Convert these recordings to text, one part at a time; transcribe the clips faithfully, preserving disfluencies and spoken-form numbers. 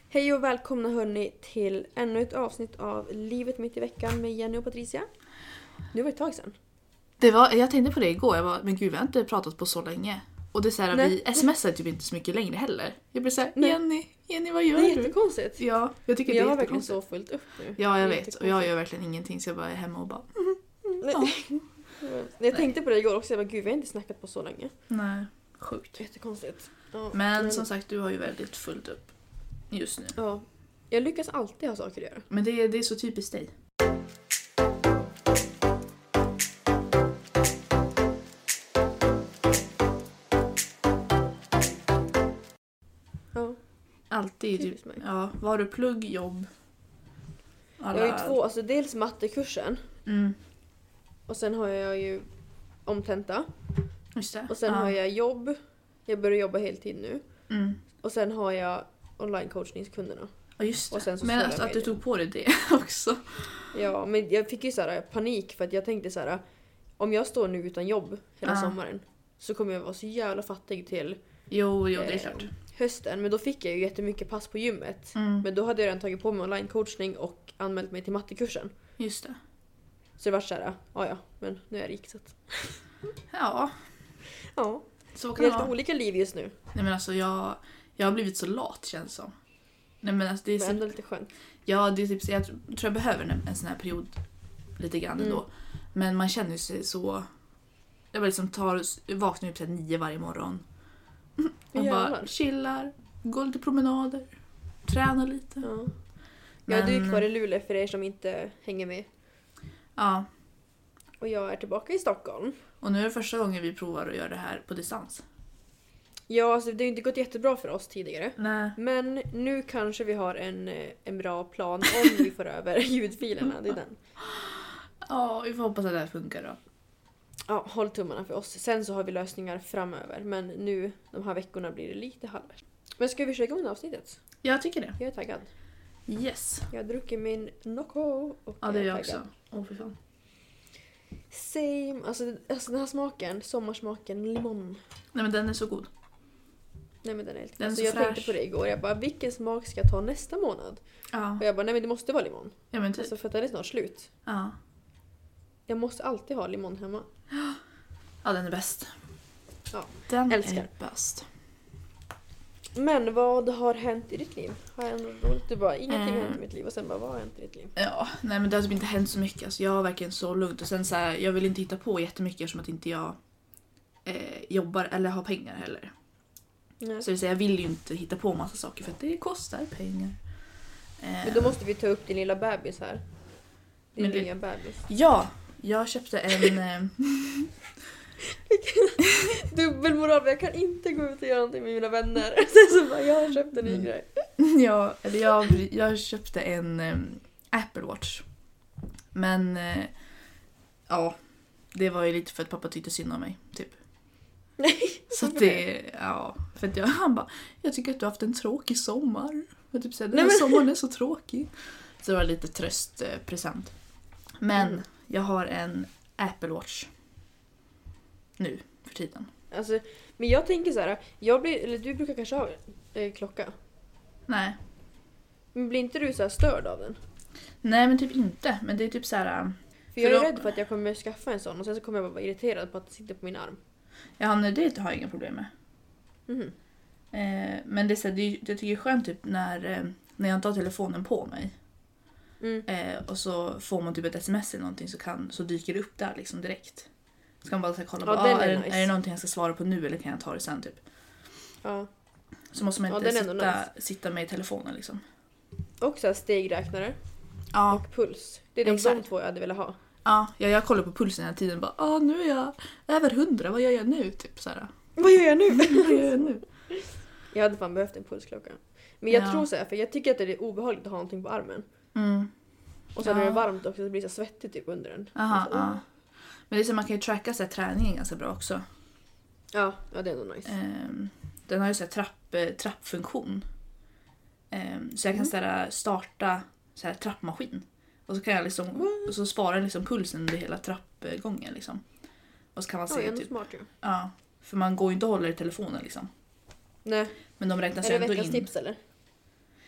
Hej och välkomna hörni till ännu ett avsnitt av Livet mitt i veckan med Jenny och Patricia. Nu var det ett tag sedan. Det var, jag tänkte på det igår, jag bara, men gud vi har inte pratat på så länge. Och det är så här, vi smsar typ inte så mycket längre heller. Jag blir såhär, Jenny, Jenny vad gör du? Det är du? Jättekonstigt. Ja, jag tycker jag det är har verkligen jättekonstigt. så fullt upp nu. Ja, jag vet. Och jag gör verkligen ingenting så jag bara är hemma och bara... Mm, Nej. ja. Jag tänkte på det igår också, jag bara, gud vi har inte snackat på så länge. Nej, sjukt. Jättekonstigt. Ja, men, men som sagt, du har ju väldigt fullt upp just nu. Ja, jag lyckas alltid ha saker att göra. Men det är, det är så typiskt dig. Ja. Alltid typ, ja, vad har du plugg, jobb? Alla... Jag har ju två, alltså dels mattekursen. Mm. Och sen har jag ju omtenta. Just det. Och sen ja. har jag jobb. Jag börjar jobba heltid nu. Mm. Och sen har jag online-coachningskunderna. Ja just det. Och sen så men att, att du tog på dig det också. Ja, men jag fick ju så här panik för att jag tänkte så här: om jag står nu utan jobb hela ja. sommaren så kommer jag vara så jävla fattig till Jo, jo det är eh, klart. hösten. Men då fick jag ju jättemycket pass på gymmet. Mm. Men då hade jag redan tagit på mig online-coachning och anmält mig till mattekursen. Just det. Så det var så här, ja ja, men nu är jag rik så att... Ja. Ja. Så Vi kan har det helt vara. olika liv just nu. Nej men alltså jag, jag har blivit så lat känns som. Nej men alltså det är Men så, ändå lite skönt. ja det är typ så jag tror jag behöver en, en sån här period lite grann ändå. Mm. Men man känner sig så, jag bara liksom tar, vaknar upp till nio varje morgon. Och Jävlar. bara chillar, går lite promenader, tränar lite. Ja. Men, Ja, du är kvar i Luleå för er som inte hänger med. Ja, Och jag är tillbaka i Stockholm. och nu är det första gången vi provar att göra det här på distans. Ja, alltså det har inte gått jättebra för oss tidigare. Nej. Men nu kanske vi har en, eh, en bra plan om vi får över ljudfilerna. Det är den. Ja, vi får hoppas att det här funkar då. Ja, håll tummarna för oss. Sen så har vi lösningar framöver. Men nu, de här veckorna blir det lite halvvägs. Men ska vi köra igång avsnittet? Jag tycker det. Jag är taggad. Yes. Jag har druckit min Nocco och Ja, det är är jag taggad. också. Åh, för fan. Same. Alltså, alltså den här smaken, sommarsmaken, limon. Nej men den är så god. Nej men den är helt Den är alltså, så jag fräsch. tänkte på det igår. Jag bara, vilken smak ska jag ta nästa månad? Ja. Och jag bara, nej men det måste vara limon. Ja men typ. Alltså för att den är snart slut. Ja. Jag måste alltid ha limon hemma. Ja, den är bäst. Ja, Den älskar. är bäst. Men vad har hänt i ditt liv? Har jag något roligt? Du bara, ingenting har Eh. hänt i mitt liv. Och sen bara, vad har hänt i ditt liv? Ja, nej men det har typ inte hänt så mycket. Alltså, jag har verkligen så lugnt. Och sen så här, jag vill inte hitta på jättemycket eftersom att inte jag eh, jobbar eller har pengar heller. Nej. Så det vill säga, jag vill ju inte hitta på massa saker för att det kostar pengar. Eh, Men då måste vi ta upp din lilla bebis här. Din Men det- nya bebis. Ja, jag köpte en... Eh, Dubbelmoral, jag kan inte gå ut och göra någonting med mina vänner. Sen så bara, jag har köpt en ny Mm. grej. ja, eller jag, jag köpte en eh, Apple Watch. Men eh, ja, det var ju lite för att pappa tyckte synd om mig, typ. Nej. Så att det, ja, för att jag, han bara, jag tycker att du har haft en tråkig sommar. Jag typ säger, den här Nej, men- sommaren är så tråkig. Så det var lite tröstpresent. Men Mm. jag har en Apple Watch nu för tiden. Alltså, men jag tänker så här, jag blir, eller du brukar kanske ha eh, klocka. Nej. Men blir inte du så här störd av den? Nej men typ inte, men det är typ så här. För jag är För då- rädd för att jag kommer skaffa en sån och sen så kommer jag bara vara irriterad på att det sitter på min arm. Ja, nej, det har jag inga problem med. Mhm. Eh, men det är så här, det, är- jag tycker det är skönt typ när, eh, när jag inte har telefonen på mig. Mm. Eh, och så får man typ ett sms eller någonting så, kan, så dyker det upp där liksom direkt. Så kan man bara så här, kolla, Ja, bara, den ah, är är, det, nice. är det någonting jag ska svara på nu eller kan jag ta det sen typ. Ja. Så måste man Ja, inte den är ändå sitta, nice. sitta med i telefonen liksom. Och så här stegräknare Ja, och puls. Det är de, de Exakt. två jag hade velat ha. ja jag, jag kollar på pulsen hela tiden bara, ah, nu är jag över hundra, vad gör jag nu? Typ så här. Vad gör jag nu? Vad gör jag nu? Jag hade fan behövt en pulsklocka. Men jag Ja. tror så här, för jag tycker att det är obehagligt att ha någonting på armen. Mm. Och så Ja. när det är varmt också så det blir så svettigt typ under den. Aha, Och så, ja. Men det är så man kan ju tracka så här, träningen ganska bra också. ja, ja, det är nog nice. Ehm, den har ju så här trapp, eh, trappfunktion. Ehm, så jag kan Mm. så här, starta så här, trappmaskin. Och så kan jag liksom, och så sparar den liksom pulsen under hela trappgången liksom. Och så kan man Ja, se det är ändå typ, smart ju. ja, för man går ju inte och håller i telefonen liksom. Nej, Men de räknas är det ändå veckans in. tips eller?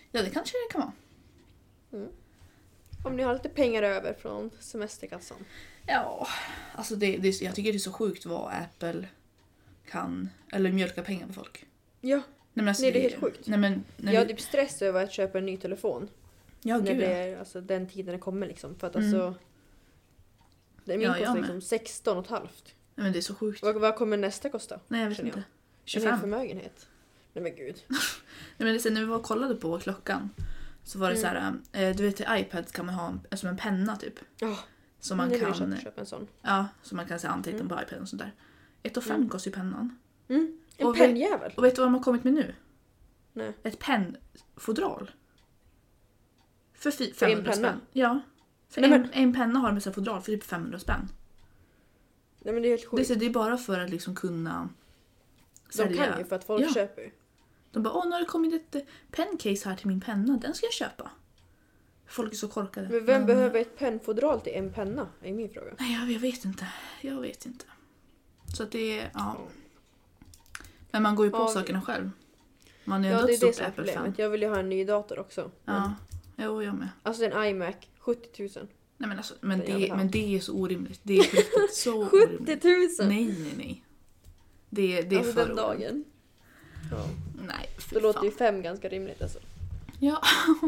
Ja, det kanske det kan vara. Mm. Om ni har lite pengar över från semesterkassan. Ja, alltså det, det, jag tycker det är så sjukt vad Apple kan, eller mjölka pengar på folk. Ja, Nej, men alltså, nej det är helt sjukt. Nej, men, när jag har vi, typ stress över att köpa en ny telefon. ja, när gud, det ja. är alltså, den tiden det kommer liksom. För att Mm. alltså... Det, min Ja, jag kostar med. liksom sexton och ett halvt. Nej, men det är så sjukt. Vad, vad kommer nästa kosta? Nej, jag vet känner inte. En tjugofem. hel förmögenhet. Nej men gud. Nej, men det, sen när vi var och kollade på klockan så var det Mm. så här, eh, du vet i iPad kan man ha en, som en penna typ. Ja, Som man nu vill kan, jag köpa en sån. ja, som man kan se anteckna Mm. på iPad och sånt där. ett och fem Mm. kostar ju pennan. Mm. En Och vi- pennjävel. Och vet du vad de har kommit med nu? Nej. Ett pennfodral. För fi- För en femhundra penna? spänn. Ja. För Nej, en, men- en penna har med sig fodral för typ femhundra spänn. Nej men det är helt Det, är sjukt. så- det är bara för att liksom kunna De sälja. kan ju för att folk Ja. köper ju. De bara, åh nu har det kommit ett eh, pencase här till min penna, den ska jag köpa. Folk är så korkade. Men vem behöver ett pennfodral till en penna? Är min fråga. Nej, jag, jag vet inte. Jag vet inte. Så att det är, ja. Men man går ju på Ja. sakerna själv. Man är ju Ja ändå det ett är det stort som är Apple-fan. problemet. Jag vill ju ha en ny dator också. Men, Ja, jo, jag med. alltså en iMac, sjuttio tusen. Nej, men, alltså, men, Det jag vill det, ha. men det är så orimligt. Det är på riktigt så sjuttio orimligt. tusen! Nej, nej, nej. Det, det är Alltså för den orimligt. dagen. Ja. Nej, fy Då låter fan. ju fem ganska rimligt alltså. Ja.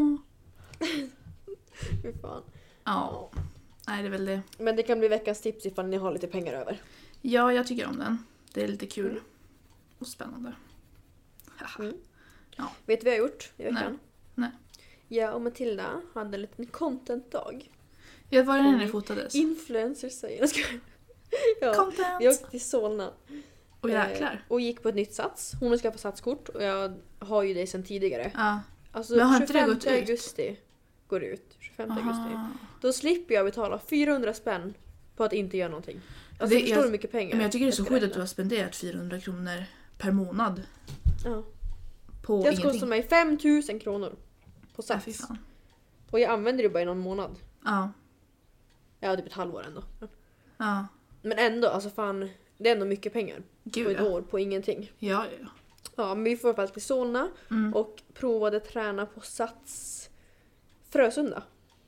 Fy fan. Ja. Nej, det är väl det. Men det kan bli veckans tips ifall ni har lite pengar över. Ja, jag tycker om den. Det är lite kul. Mm. Och spännande. Mm. Ja. Vet du vad jag har gjort i veckan? Nej. Jag och Matilda hade en liten content-dag. Jag var det när Mm. det fotades. Influencers säger jag. Ska... ja. Content! Vi åkte till Solna. Och eh, jäklar. Och gick på ett nytt sats. Hon har skaffat satskort och jag har ju det sedan tidigare. Ja. Alltså Men har inte det tjugofemte gått ut? augusti går det ut. tjugofemte augusti. Aha. Då slipper jag betala fyrahundra spänn på att inte göra någonting. Alltså Det- förstår jag- du hur mycket pengar? Men jag tycker det är så ska sjukt att räkna? du har spenderat fyrahundra kronor per månad Ja. på Det ingenting. kostar mig fem tusen kronor på Ja, fy sats. fan. Och jag använder det bara i någon månad. Ja. Jag har typ ett halvår ändå. Ja. Men ändå, alltså fan. Det är ändå mycket pengar på Gud ett ja. år på ingenting. Ja, ja, ja. Ja, men vi får i alla fall till Solna Mm. och provade träna på Sats Frösunda.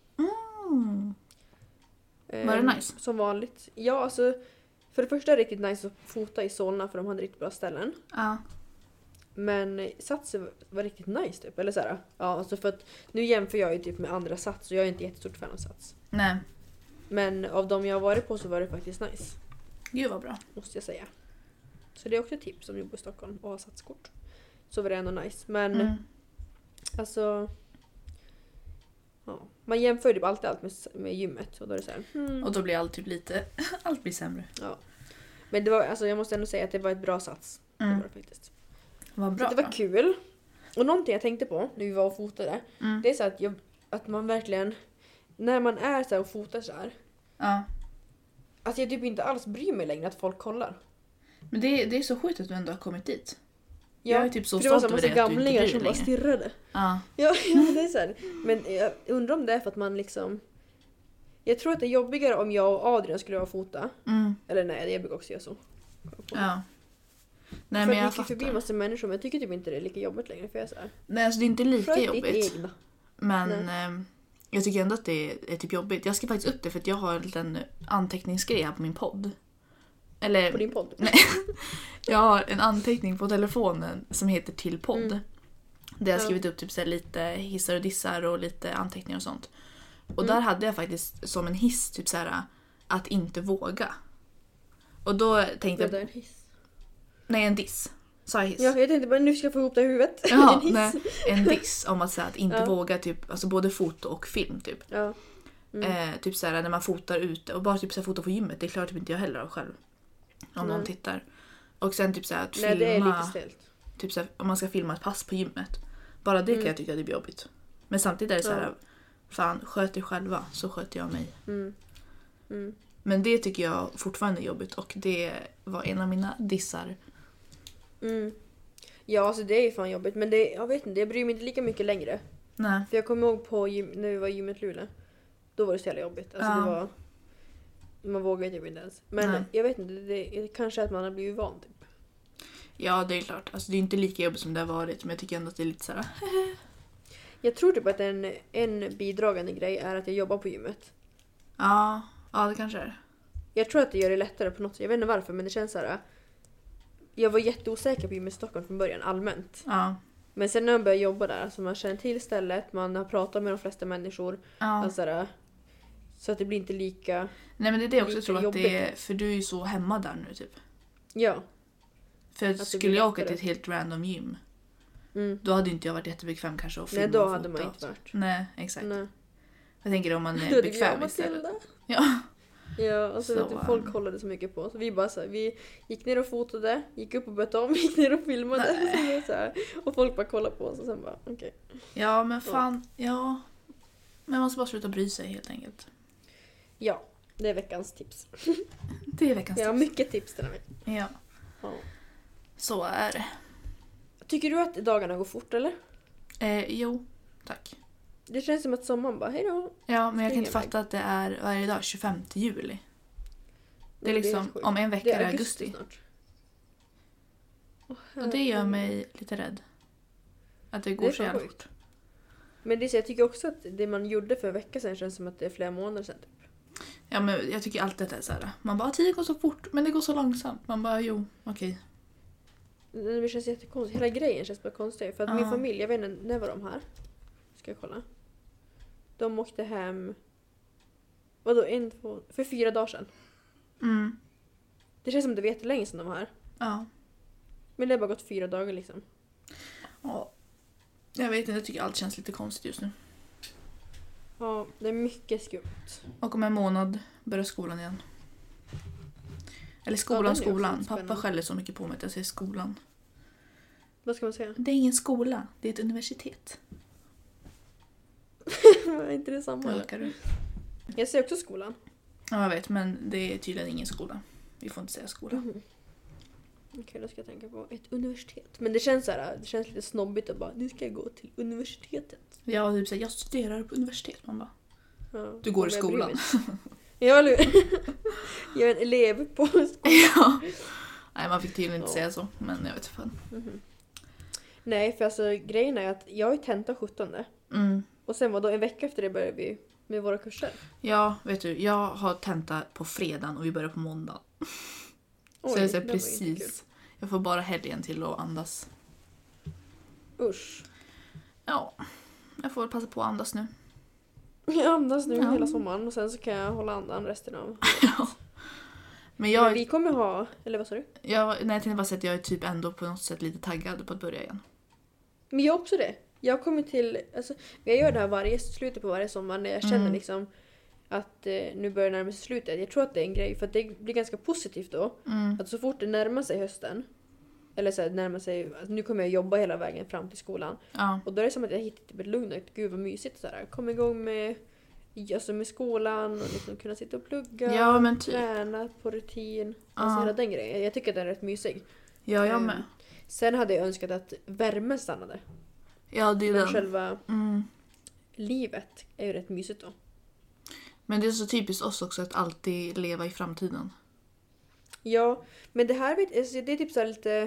Mm. Var det Ehm, nice? Som vanligt. Ja, alltså för det första är det riktigt nice att fota i Solna för de hade riktigt bra ställen. Ja. Men Sats var riktigt nice typ. Eller så här, ja, alltså för att nu jämför jag ju typ med andra Sats och jag är inte jättestort fan av Sats. Nej. Men av de jag har varit på så var det faktiskt nice. Gud vad bra. Måste jag säga. Så det är också ett tips om du bor i Stockholm och har satskort. Så var det ändå nice. Men Mm. alltså... Ja, man jämför ju typ alltid allt med, med gymmet. Och då är det så här, hmm. Och då blir allt typ lite, allt blir sämre. Ja. Men det var, alltså, jag måste ändå säga att det var ett bra sats. Det Mm. var det faktiskt. Vad bra. Så det var kul. Och någonting jag tänkte på när vi var och fotade. Mm. Det är så att, jag, att man verkligen... När man är så här och fotar så här. Ja. Att jag typ inte alls bryr mig längre att folk kollar. Men det, det är så sjukt att du ändå har kommit dit. Ja, Jag är typ så för det var stolt så över massa det att du inte gamlingar bryr som dig bara längre. stirrade. Ja. Ja, ja det är så här. Men jag undrar om det är för att man liksom... Jag tror att det är jobbigare om jag och Adrian skulle vara och fota. Mm. Eller nej, jag brukar också göra så. Ja. Nej för men att jag vi gick förbi fattar. massa människor men jag tycker typ inte det är lika jobbigt längre. För jag är så här. Nej alltså det är inte lika Sköt ditt jobbigt. egna. Men eh, jag tycker ändå att det är, är typ jobbigt. Jag ska faktiskt upp det för att jag har en liten anteckningsgrej här på min podd. Eller På din podd. Nej. Jag har en anteckning på telefonen som heter till podd. Mm. Där jag har Ja. skrivit upp typ så här lite hissar och dissar och lite anteckningar och sånt. Och Mm. där hade jag faktiskt som en hiss typ så här att inte våga. Och då tänkte Det är jag, en hiss. nej en diss. Sa jag hiss? Ja, jag tänkte bara nu ska jag få ihop det i huvudet. Ja, en hiss. nej, en diss om att, säga att inte Ja. våga typ, alltså både foto och film typ. Ja. Mm. Eh, typ såhär när man fotar ute och bara typ såhär fota på gymmet, det är klart typ inte jag heller av själv. Om någon Nej. tittar. Och sen typ såhär att Nej, det är filma, lite stelt. typ såhär, om man ska filma ett pass på gymmet. Bara det kan Mm. jag tycka det blir jobbigt. Men samtidigt är det såhär, Ja. fan sköt er själva så sköter jag mig. Mm. Mm. Men det tycker jag fortfarande är jobbigt och det var en av mina dissar. Mm. Ja, alltså det är ju fan jobbigt. Men det, jag vet inte, jag bryr mig inte lika mycket längre. Nej. För jag kommer ihåg på gym, när vi var i gymmet Luleå. Då var det så jävla jobbigt. Alltså Ja. det var... Man vågar typ inte ens. Men Nej. jag vet inte, det, det kanske är att man har blivit van typ. Ja det är klart, alltså det är inte lika jobbigt som det har varit men jag tycker ändå att det är lite såhär. Jag tror typ att en, en bidragande grej är att jag jobbar på gymmet. Ja, ja det kanske är. Jag tror att det gör det lättare på något sätt. Jag vet inte varför, men det känns så här. Jag var jätteosäker på gymmet i Stockholm från början, allmänt. Ja. Men sen när man börjar jobba där, alltså man känner till stället, man har pratat med de flesta människor. Ja. Alltså, så att det blir inte lika... Nej men det är det jag också lika tror att jobbigt. det är, för du är ju så hemma där nu typ. Ja. För det skulle blir jag åka lättare. till ett helt random gym, Mm. då hade inte jag varit jättebekväm kanske att filma Nej, då och hade man fota. inte varit. Nej, exakt. Nej. Jag tänker om man Då är hade bekväm jag istället. Matilda. Ja. Ja, alltså Så, vet du, folk um, kollade så mycket på oss. Vi bara så här, vi gick ner och fotade, gick upp och bytte om, gick ner och filmade. Nej. Så här, och folk bara kollade på oss och sen bara, okej. Okay. Ja, men fan, ja. Men man måste bara sluta bry sig helt enkelt. Ja, det är veckans tips. Det är veckans Jag har tips. mycket tips den här veckan. Ja, Ja. så är det. Tycker du att dagarna går fort eller? Eh, jo, tack. Det känns som att sommaren bara, hej då. Ja, men jag kan Springer inte fatta att det är, vad är det idag, tjugofemte juli. Det är liksom, sjukt. om en vecka Det är är det augusti augusti. snart. Och det gör mig lite rädd. Att det går Det är så fan jävla sjukt. fort. Men det är så, jag tycker också att det man gjorde för en vecka sedan känns som att det är flera månader sedan. Typ. Ja, men jag tycker alltid att det är så här. Man bara, tiden går så fort, men det går så långsamt. Man bara, jo, okej. Det känns jättekonstigt. Hela grejen känns bara konstig. För att min Ja. familj, jag vet inte, när var de här? Ska jag kolla. De åkte hem... Vadå, en, två... För fyra dagar sedan. Mm. Det känns som det vet länge sedan de var här. Ja. Men det har bara gått fyra dagar liksom. ja. Jag vet inte, jag tycker allt känns lite konstigt just nu. Ja, det är mycket skumt. Och om en månad börjar skolan igen. Eller Ja, skolan, den är också skolan. lite Pappa spännande. skäller så mycket på mig att jag säger skolan. Vad ska man säga? Det är ingen skola, det är ett universitet. Är inte det samma eller? Orkar du? Jag ser också skolan. Ja, jag vet, men det är tydligen ingen skola. Vi får inte säga skola. Mhm. Okej, då ska jag tänka på ett universitet. Men det känns så här, det känns lite snobbigt att bara, nu ska jag gå till universitetet. Ja, typ såhär, jag studerar på universitet. Man bara, Ja, du går i men jag bryr mig skolan. inte. Ja, eller hur? Jag är en elev på skolan. Ja. Nej, man fick tydligen inte Ja. säga så, men jag vet fan. Mhm. Nej, för alltså grejen är att jag är tenta sjuttonde. Mm. Och sen var då en vecka efter det började vi med våra kurser. Ja, vet du, jag har tenta på fredagen och vi börjar på måndag. Oj, så jag säger det var inte kul. precis. Jag får bara helgen till att andas. Usch. Ja, jag får väl passa på att andas nu. Jag andas nu Ja. hela sommaren och sen så kan jag hålla andan resten av. Ja. Men jag, Men vi kommer ha, eller vad sa du? jag, nej, jag tänkte bara säga att jag är typ ändå på något sätt lite taggad på att börja igen. Men jag också det. Jag kommer till, alltså, jag gör det här varje slutet på varje sommar när jag känner Mm. liksom att eh, nu börjar det närma sig slutet. Jag tror att det är en grej för att det blir ganska positivt då. Mm. Att så fort det närmar sig hösten, eller så här, närmar sig, att nu kommer jag jobba hela vägen fram till skolan. Ja. Och då är det som att jag hittar typ ett lugn och ett gud vad mysigt så här. Kom igång med, alltså med skolan och liksom kunna sitta och plugga. Ja, men typ. Träna på rutin. Alltså Ja. hela den grejen. Jag tycker att den är rätt mysig. Ja, jag Ehm, med. Sen hade jag önskat att värmen stannade. Ja, det är Men den. själva Mm. livet är ju rätt mysigt då. Men det är så typiskt oss också att alltid leva i framtiden. Ja, men det här vet, alltså, det är typ så här lite...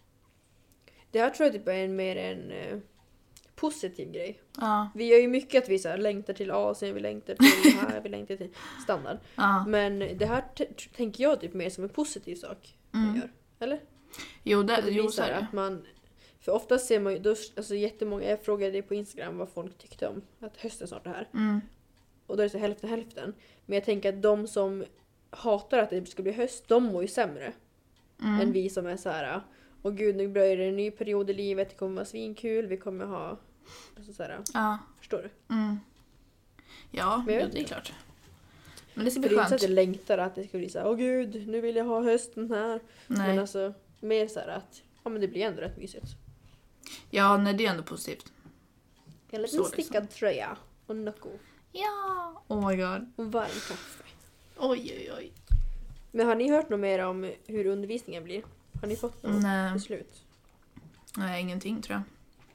Det här tror jag typ är en, mer en eh, positiv grej. Ja. Vi gör ju mycket att vi så här, längtar till Asien, vi längtar till det här, vi längtar till standard. Ja. Men det här t- t- tänker jag typ mer som en positiv sak man Mm. gör. Eller? Jo, För det, att det jo, blir så så är här det. att man... För ofta ser man ju, då, alltså jättemånga, jag frågade dig på Instagram vad folk tyckte om att hösten snart är här. Mm. Och då är det så hälften hälften. Men jag tänker att de som hatar att det ska bli höst, de mår ju sämre. Mm. Än vi som är så här. Och gud, nu börjar det en ny period i livet, det kommer vara svinkul, vi kommer ha... Alltså så här, Ja. förstår du? Mm. Ja, Men jag ja, vet det är inte. klart. Men det ska För bli det är inte så att skönt. jag längtar att det ska bli så här, åh gud, nu vill jag ha hösten här. Nej. Men alltså, mer så här att, ja men det blir ändå rätt mysigt. Ja, nej, det är ändå positivt. En liten Så liksom. stickad tröja och nocco. Ja! Oh my god. Och varm kaffe. Oj, oj, oj. Men har ni hört något mer om hur undervisningen blir? Har ni fått något Nej. beslut? Nej, ingenting tror jag.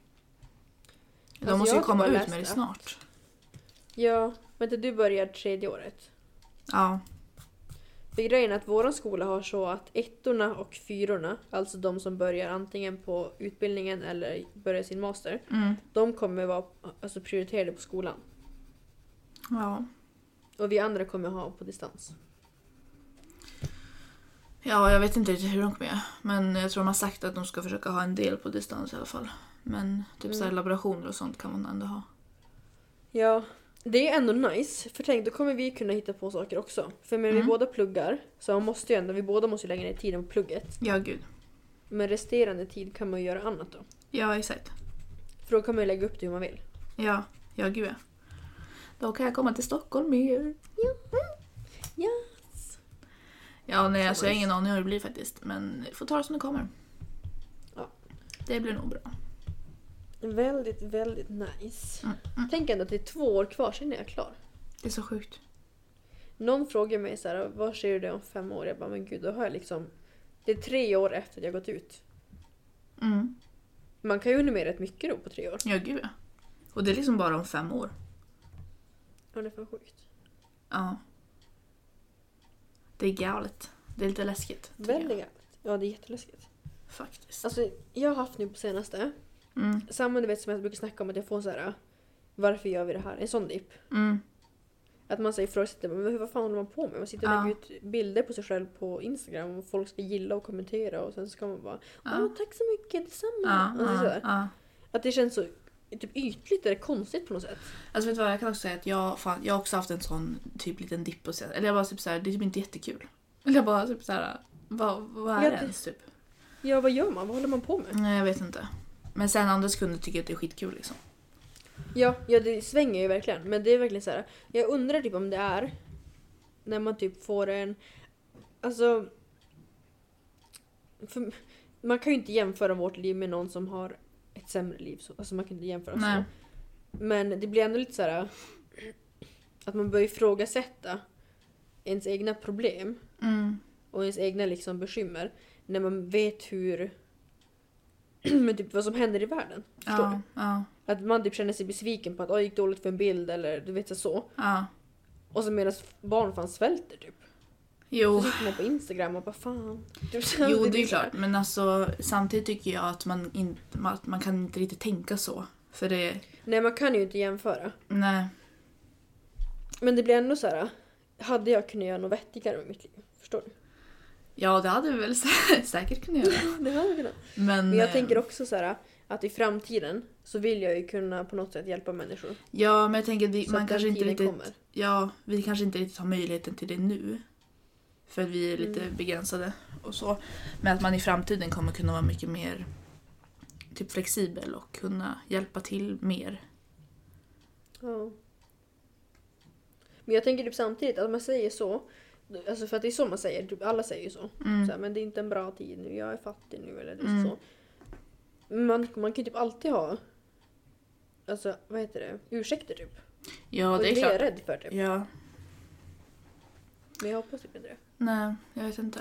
De Alltså, måste jag ju har komma bara ut läst med det att- snart. Ja, vänta du börjar tredje året. Ja. För grejen är att våran skola har så att ettorna och fyrorna, alltså de som börjar antingen på utbildningen eller börjar sin master, Mm. de kommer vara alltså, prioriterade på skolan. Ja. Och vi andra kommer ha på distans. Ja, jag vet inte riktigt hur de kommer göra. Men jag tror de har sagt att de ska försöka ha en del på distans i alla fall. Men typ Mm. så här laborationer och sånt kan man ändå ha. Ja, det är ändå nice. För tänk, då kommer vi kunna hitta på saker också. För när vi Mm. båda pluggar, så man måste ju ändå, vi båda måste ju lägga ner tiden på plugget. Ja, gud. Men resterande tid kan man ju göra annat då. Ja, exakt. För då kan man ju lägga upp det hur man vill. Ja, ja gud ja. Då kan jag komma till Stockholm mer. Yes. Ja, nej, Så alltså jag har nice. ingen aning hur det blir faktiskt. Men det får ta det som det kommer. Ja. Det blir nog bra. Väldigt, väldigt nice. Mm, mm. Tänk ändå att det är två år kvar sedan jag är klar. Det är så sjukt. Någon frågar mig så här, vad ser du det om fem år? Jag bara, men gud, då har jag liksom... Det är tre år efter att jag gått ut. Mm. Man kan ju hinna med rätt mycket då på tre år. Ja, gud ja. Och det är liksom bara om fem år. Ja, det är fan sjukt. Ja. Det är galet. Det är lite läskigt. tycker jag. Väldigt galet. Ja, det är jätteläskigt. Faktiskt. Alltså, jag har haft nu på senaste, Mm. samma du vet som jag brukar snacka om att jag får så här, varför gör vi det här? En sån dipp. Mm. Att man säger ifrågasätter, men vad fan håller man på med? Man sitter och Ja. lägger ut bilder på sig själv på Instagram och folk ska gilla och kommentera och sen ska man bara, Ja. åh tack så mycket, detsamma. Ja, Alltså, ja, sådär. ja. Att det känns så typ ytligt eller konstigt på något sätt. Alltså vet du vad, jag kan också säga att jag, fan, jag har också haft en sån typ liten dipp och sen, eller jag bara typ såhär, det är typ inte jättekul. Eller jag bara typ såhär, vad, vad är Ja, det det- ens typ? Ja, vad gör man? Vad håller man på med? Nej, jag vet inte. Men sen andra sekunder tycker jag att det är skitkul liksom. Ja, ja det svänger ju verkligen. Men det är verkligen så här. Jag undrar typ om det är när man typ får en... Alltså... För, man kan ju inte jämföra vårt liv med någon som har ett sämre liv. Så, alltså man kan inte jämföra Nej. så. Men det blir ändå lite så här att man börjar ifrågasätta ens egna problem Mm. och ens egna liksom bekymmer när man vet hur... men typ vad som händer i världen. Förstår du? Ja, ja, Att man typ känner sig besviken på att det gick dåligt för en bild eller du vet så. ja. Och så medan barn fan svälter typ. Jo. Så sitter man på Instagram och bara fan. Typ, så Jo, det är så här. klart. Men alltså, samtidigt tycker jag att man, in, att man kan inte riktigt tänka så. För det... Nej, man kan ju inte jämföra. Nej. Men det blir ändå så här. Hade jag kunnat göra något vettigare med mitt liv? Förstår du? Ja, det hade vi väl sä- säkert kunnat göra. Det hade jag kunnat. Men, Men jag eh, tänker också så här att i framtiden så vill jag ju kunna på något sätt hjälpa människor. Ja, men jag tänker att vi, Så man att kanske den inte tiden riktigt... kommer. Ja, vi kanske inte riktigt har möjligheten till det nu. För att vi är lite Mm. begränsade och så. Men att man i framtiden kommer kunna vara mycket mer typ flexibel och kunna hjälpa till mer. Ja. Men jag tänker typ samtidigt att man säger så. Alltså för att det är så man säger. Typ alla säger ju så. Mm. Så här, men det är inte en bra tid nu, jag är fattig nu eller det är Mm. så. Man, man kan ju typ alltid ha alltså, vad heter det? Ursäkter typ. Ja, och det är det är jag klart. rädd för typ. Ja, Men jag hoppas typ inte det. nej, jag vet inte.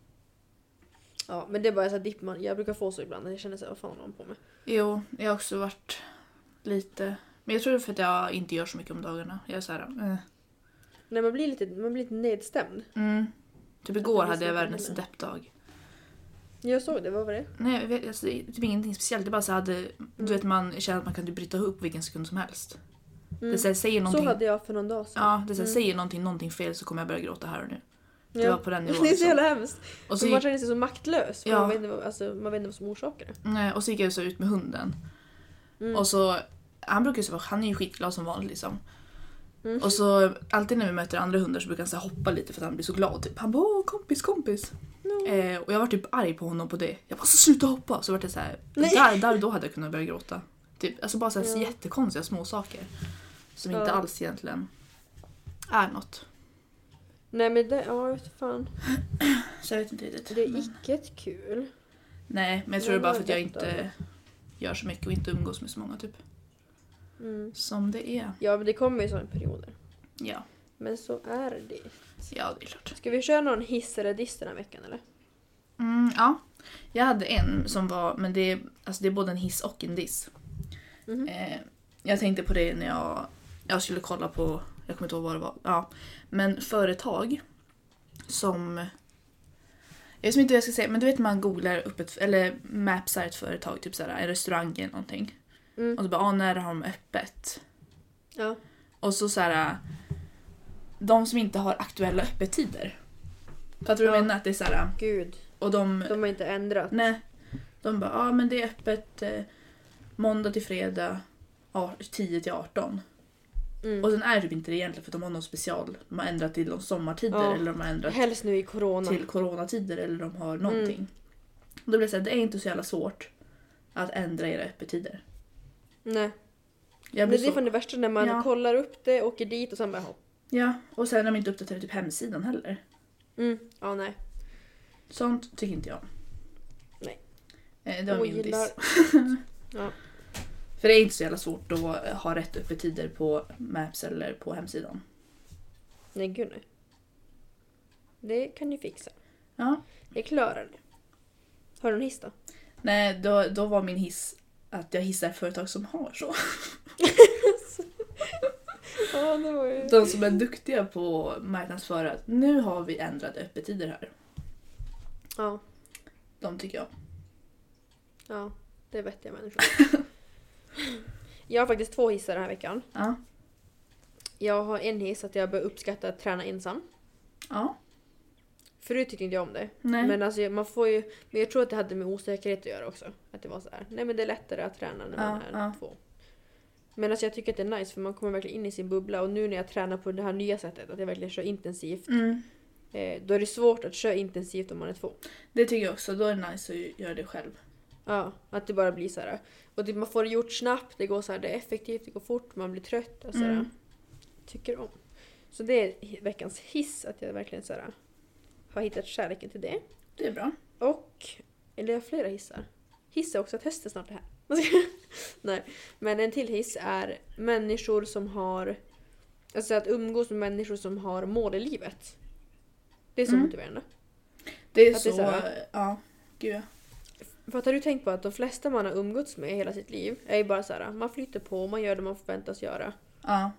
Ja, men det är bara så här dipp man, jag brukar få så ibland att jag känner så här, vad fan håller man på med? Jo, jag har också varit lite... Men jag tror det är för att jag inte gör så mycket om dagarna. Jag är så här, eh. Nej, man blir lite, man blir lite nedstämd. mm. Typ igår det är hade jag så världens himla. deppdag. Jag såg det, vad var det? Nej, jag vet, alltså, det är typ ingenting speciellt. Det är bara så hade, du Mm. vet, man känner att man kan typ bryta upp vilken sekund som helst. Mm. Det så här, säger Så någonting... hade jag för någon dag sedan. Ja, det så här, Mm. säger någonting, någonting fel så kommer jag börja gråta här och nu. Det Ja. var på den nivån. Det är så liksom. jävla hemskt. Och så, För man gick, känner sig så maktlös. För Ja. man, vet inte, vad- alltså, man vet inte vad som orsakar det. nej, och så gick jag så ut med hunden. Mm. Och så, han brukar ju så vara, han är ju skitglad som vanligt liksom. Mm. Och så alltid när vi möter andra hundar så brukar han så här hoppa lite för att han blir så glad. Typ. Han bara, åh kompis, kompis. No. Eh, och jag var typ arg på honom på det. Jag bara, så sluta hoppa. Så var det så här, Nej. där, där då hade jag kunnat börja gråta. Typ, alltså bara så här Ja. jättekonstiga små saker. Som inte Ja. alls egentligen är något. Nej men det, ja jag vet fan. Så jag vet inte riktigt. Det är Men- icke ett kul. Nej, men jag tror Men det är bara vad för att jag är inte detta gör så mycket och inte umgås med så många typ. Mm. Som det är. Ja men det kommer ju sådana perioder. Ja, Men så är det. ja det är klart. Ska vi köra någon hiss eller diss den här veckan eller? Mm, ja, jag hade en som var, men det är, alltså det är både en hiss och en diss. Mhm. Eh, jag tänkte på det när jag, jag skulle kolla på, jag kommer inte ihåg vad det var. Ja, men företag som... Jag vet inte vad jag ska säga, men du vet man googlar upp ett... Eller mapsar ett företag, typ såhär, en restaurang eller någonting. Mm. Och så bara, ah, när har de öppet? Ja. Och så såhär... De som inte har aktuella öppettider. Fattar du vad jag Ja. menar? Att det är såhär... Gud. Och de... De har inte ändrat. Nej. De bara, ja ah, men det är öppet eh, måndag till fredag tio till arton. Mm. Och sen är det typ inte det egentligen för de har någon special. De har ändrat till de sommartider Ja. eller de har ändrat Helst nu i corona. till coronatider eller de har någonting. Mm. Och då blir det så här, det är inte så jävla svårt att ändra era öppettider. Nej. Jag Men blir det är så... fan det värsta när man Ja. kollar upp det, åker dit och sen bara hopp. Ja, och sen har de inte uppdaterat typ hemsidan heller. Mm. Ja, nej. Sånt tycker inte jag. Nej. Eh, det var min Ogillar. diss. Ja. För det är inte så jävla svårt att ha rätt öppettider på Maps eller på hemsidan. Nej, gud nej. Det kan du fixa. Ja. Jag klarar det. Har du en hiss då? Nej, då, då var min hiss att jag hissar företag som har så. Ja, det var ju... De som är duktiga på marknadsföra att nu har vi ändrade öppettider här. Ja. De tycker jag. Ja, det är vettiga människor. Jag har faktiskt två hissar den här veckan. Ja. Jag har en hiss att jag bör uppskatta att träna ensam. Ja. Förut tyckte inte jag om det. Nej. Men alltså man får ju... Men jag tror att det hade med osäkerhet att göra också. Att det var så här. Nej, men det är lättare att träna när man Ja, är ja. två. Men alltså jag tycker att det är nice för man kommer verkligen in i sin bubbla. Och nu när jag tränar på det här nya sättet, att jag verkligen kör intensivt. Mm. Eh, då är det svårt att köra intensivt om man är två. Det tycker jag också. Då är det nice att göra det själv. Ja, att det bara blir så här. Och typ man får det gjort snabbt, det går så här, det är effektivt, det går fort, man blir trött och så här. Mm. Tycker om. Så det är veckans hiss, att jag verkligen så här, har hittat kärleken till det. Det är bra. Och, eller jag har flera hissar. Hissa också att hösten snart är här. Nej, men en till hiss är människor som har, alltså att umgås med människor som har mål i livet. Det är så Mm. motiverande. Det är Att så... det är så här- ja, gud ja. För att har du tänkt på att de flesta man har umgåtts med hela sitt liv är ju bara så här, man flyter på, man gör det man förväntas göra. Ja,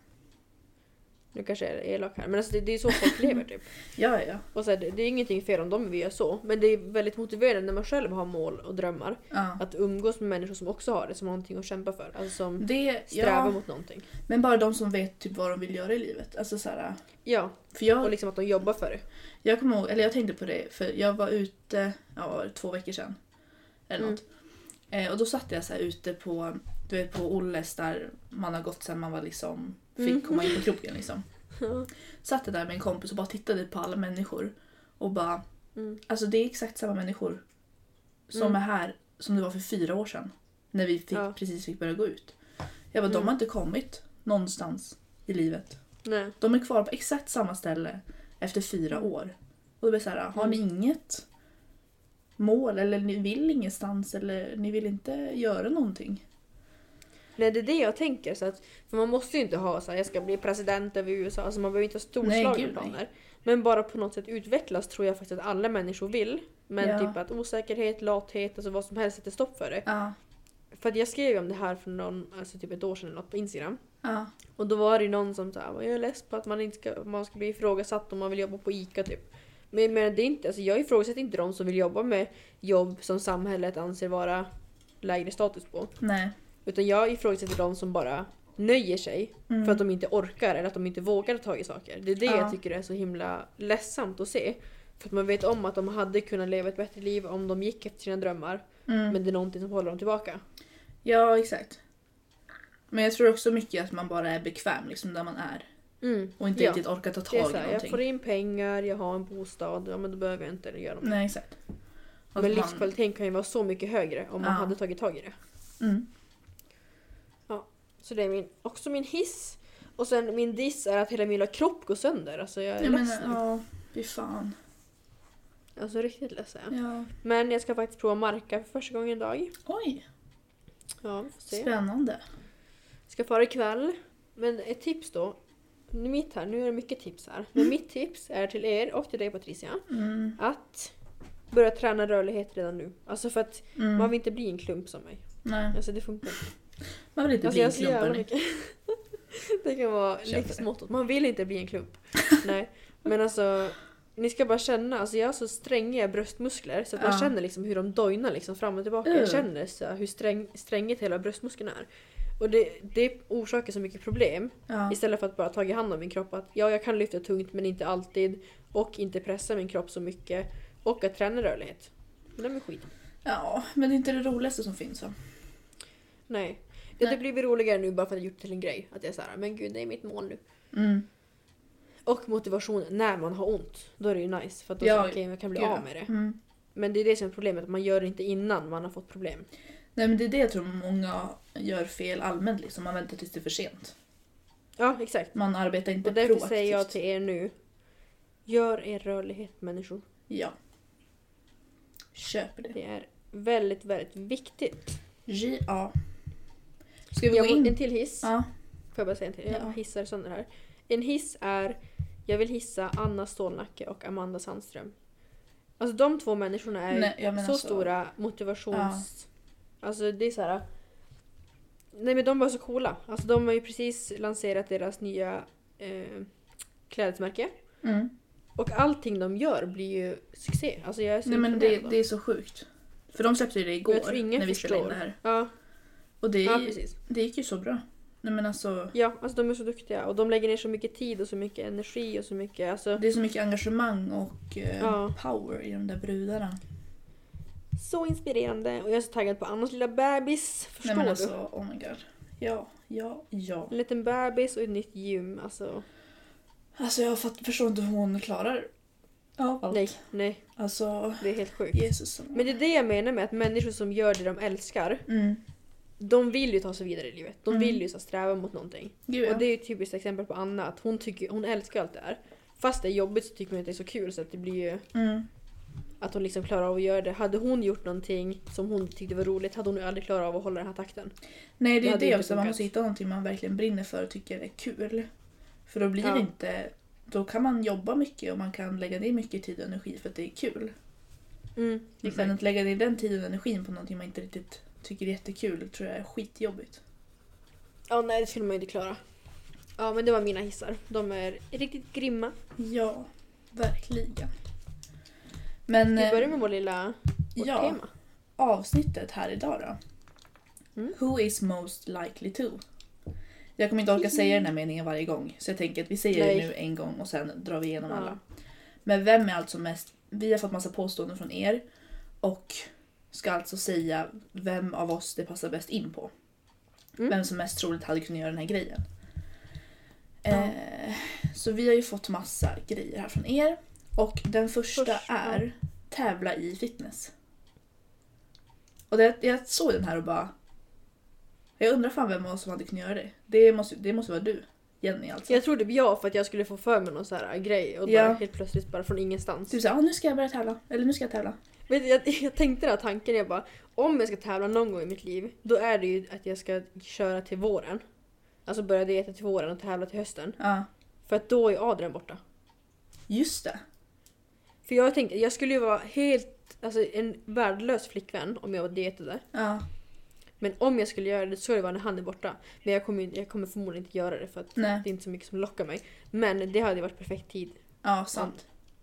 Nu kanske jag är elak här, men alltså det, det är så folk lever typ. ja, ja. Och så här, det, det är ingenting fel om de vi gör så, men det är väldigt motiverande när man själv har mål och drömmar. ja. Att umgås med människor som också har det, som har någonting att kämpa för. Alltså som Det, strävar ja, mot någonting. men bara de som vet typ vad de vill göra i livet. Alltså så här, Ja, för jag, och liksom att de jobbar för det. jag kommer ihåg, eller jag tänkte på det, för jag var ute, ja, vad var det, två veckor sedan. Eller Mm. något. Eh, och då satt jag så här ute på, du vet, på Olles där man har gått sen man var liksom, fick Mm. komma in på krogen liksom. Satt jag där med en kompis och bara tittade på alla människor. Och bara, Mm. alltså det är exakt samma människor som Mm. är här som det var för fyra år sedan. När vi fick, Ja. precis fick börja gå ut. Jag bara, de Mm. har inte kommit någonstans i livet. Nej. De är kvar på exakt samma ställe efter fyra Mm. år. Och då blir det så här, har ni inget mål eller ni vill ingenstans eller ni vill inte göra någonting? Nej, det är det jag tänker. Så att, för man måste ju inte ha så här, jag ska bli president över U S A. Alltså man behöver inte ha storslagna Nej, gud, nej. planer. Men bara på något sätt utvecklas tror jag faktiskt att alla människor vill. Men Ja. typ att osäkerhet, lathet, alltså vad som helst sätter stopp för det. Ja, För att jag skrev ju om det här för någon, alltså typ ett år sedan eller något på Instagram. ja, Och då var det ju någon som sa, jag är less på att man inte ska, man ska bli ifrågasatt om man vill jobba på ICA typ. Men, men det är inte, alltså jag ifrågasätter inte de som vill jobba med jobb som samhället anser vara lägre status på. nej. Utan jag ifrågasätter de som bara nöjer sig Mm. för att de inte orkar eller att de inte vågar ta i saker. Det är det Ja. jag tycker är så himla ledsamt att se. För att man vet om att de hade kunnat leva ett bättre liv om de gick efter sina drömmar. Mm. Men det är någonting som håller dem tillbaka. Ja, exakt. Men jag tror också mycket att man bara är bekväm liksom där man är. Mm. Och inte Ja. riktigt orkar ta Det är tag så i här, någonting. jag får in pengar, jag har en bostad, ja men då behöver jag inte göra något. Nej, exakt. Att Men man- livskvaliteten kan ju vara så mycket högre om man Ja. hade tagit tag i det. Mm. Så det är min, också min hiss. Och sen min diss är att hela min lilla kropp går sönder. Alltså jag är Jag ledsen. menar, ja, fy fan. Alltså riktigt ledsen. Ja. Men jag ska faktiskt prova marka för första gången idag. Oj, Ja, vi får se. spännande. Ska fara ikväll. Men ett tips då. Nu mitt här, nu är det mycket tips här. Men mitt tips är till er och till dig Patricia. Mm. Att börja träna rörlighet redan nu. Alltså för att Mm. man vill inte bli en klump som mig. Nej, Alltså det funkar inte. man vill inte Alltså bli en jag ser klump. jävla hörni. mycket. Det kan vara Köper det. livsmottot. Man vill inte bli en klump. Nej. Men alltså ni ska bara känna, alltså jag har så stränga bröstmuskler så att Ja. man känner liksom hur de dojnar liksom fram och tillbaka. Uh. Jag känner så här hur sträng, stränget hela bröstmuskeln är. Och det, det orsakar så mycket problem. Ja. Istället för att bara ta i hand om min kropp. Att ja, jag kan lyfta tungt men inte alltid. Och inte pressa min kropp så mycket. Och att träna rörlighet. Men det är skit. ja, men det är inte det roligaste som finns va? Nej. Det, Nej. det blir roligare nu bara för att jag gjort det till en grej. Att jag är såhär, men gud det är mitt mål nu. Mm. Och motivation när man har ont. Då är det ju nice. För att då Ja, ja, okej, okay, jag kan bli gud, av med det. Mm. Men det är det som är problemet. Att man gör det inte innan man har fått problem. Nej men det är det jag tror många gör fel allmänt liksom. Man väntar tills det är för sent. Ja, exakt. Man arbetar inte Och därför proaktivt. säger jag till er nu. Gör er rörlighet människor. Ja. Köper det. Det är väldigt, väldigt viktigt. Ja. Ska vi Jag gå har in? en till hiss. Ja. Får jag bara säga en till? Jag Ja. hissar sönder här. En hiss är, jag vill hissa Anna Stålnacke och Amanda Sandström. Alltså de två människorna är Nej, jag menar så så. stora motivations... Alltså det är så här. Nej men de var så coola. Alltså de har ju precis lanserat deras nya eh, klädesmärke. Mm. Och allting de gör blir ju succé. Alltså jag är så Nej men det, imponerad. det är så sjukt. För de släppte ju det Och igår jag tror ingen när vi spelade in förstår. det här. Ja, Och det, ja, precis. det gick ju så bra. Nej men alltså, Ja, alltså de är så duktiga. Och de lägger ner så mycket tid och så mycket energi och så mycket. Alltså, det är så mycket engagemang och eh, Ja. power i de där brudarna. så inspirerande. Och jag är så taggad på Annas lilla bebis. Förstår Nej men du? alltså, oh my god. Ja, ja, ja. En liten bebis och ett nytt gym. Alltså, Alltså jag fatt, förstår inte hur hon klarar av allt. nej, nej. Alltså, Det är helt sjukt. Jesus. Men det är det jag menar med att människor som gör det de älskar. Mm. De vill ju ta sig vidare i livet. De Mm. vill ju så sträva mot någonting. Gud, ja. Och det är ju ett typiskt exempel på Anna. Att hon, tycker, hon älskar allt det här. Fast det är jobbigt så tycker hon att det är så kul. Så att det blir ju Mm. att hon liksom klarar av att göra det. Hade hon gjort någonting som hon tyckte var roligt hade hon ju aldrig klarat av att hålla den här takten. Nej det Det är hade det inte också, man funkat. måste hitta någonting man verkligen brinner för och tycker är kul. För då blir Ja. det inte, då kan man jobba mycket och man kan lägga ner mycket tid och energi för att det är kul. Mm, Men exakt. att lägga ner den tiden och energin på någonting man inte riktigt tycker är jättekul tror jag är skitjobbigt. Ja, nej det skulle man ju inte klara. Ja, men det var mina hissar. De är riktigt grymma. Ja, verkligen. Men Vi eh, börjar med vår lilla vårt ja, tema. avsnittet här idag då. Mm. Who is most likely to? Jag kommer inte orka säga den här meningen varje gång. Så jag tänker att vi säger Nej. det nu en gång och sen drar vi igenom Ja. alla. Men vem är alltså mest... Vi har fått massa påståenden från er. Och ska alltså säga vem av oss det passar bäst in på. Mm. Vem som mest troligt hade kunnat göra den här grejen. Ja. Eh, så vi har ju fått massa grejer här från er. Och den första Först, är tävla i fitness. Och det, jag såg den här och bara... Jag undrar fan vem av oss som hade kunnat göra det. Det måste, det måste vara du, Jenny alltså. Jag trodde jag för att jag skulle få för mig någon så här grej. Och Ja. bara helt plötsligt bara från ingenstans. Typ såhär, ah, nu ska jag börja tävla. Eller nu ska jag tävla. Vet du, jag, jag tänkte den här tanken, jag bara, om jag ska tävla någon gång i mitt liv, då är det ju att jag ska köra till våren. Alltså börja dieta till våren och tävla till hösten. Ja, För att då är Adrian borta. just det. För jag tänkte, jag skulle ju vara helt, alltså en värdelös flickvän om jag var dietade. Ja, Men om jag skulle göra det så skulle det vara när han är borta. Men jag kommer, jag kommer förmodligen inte göra det för att nej. det är inte så mycket som lockar mig. Men det hade ju varit perfekt tid. Ja, sant.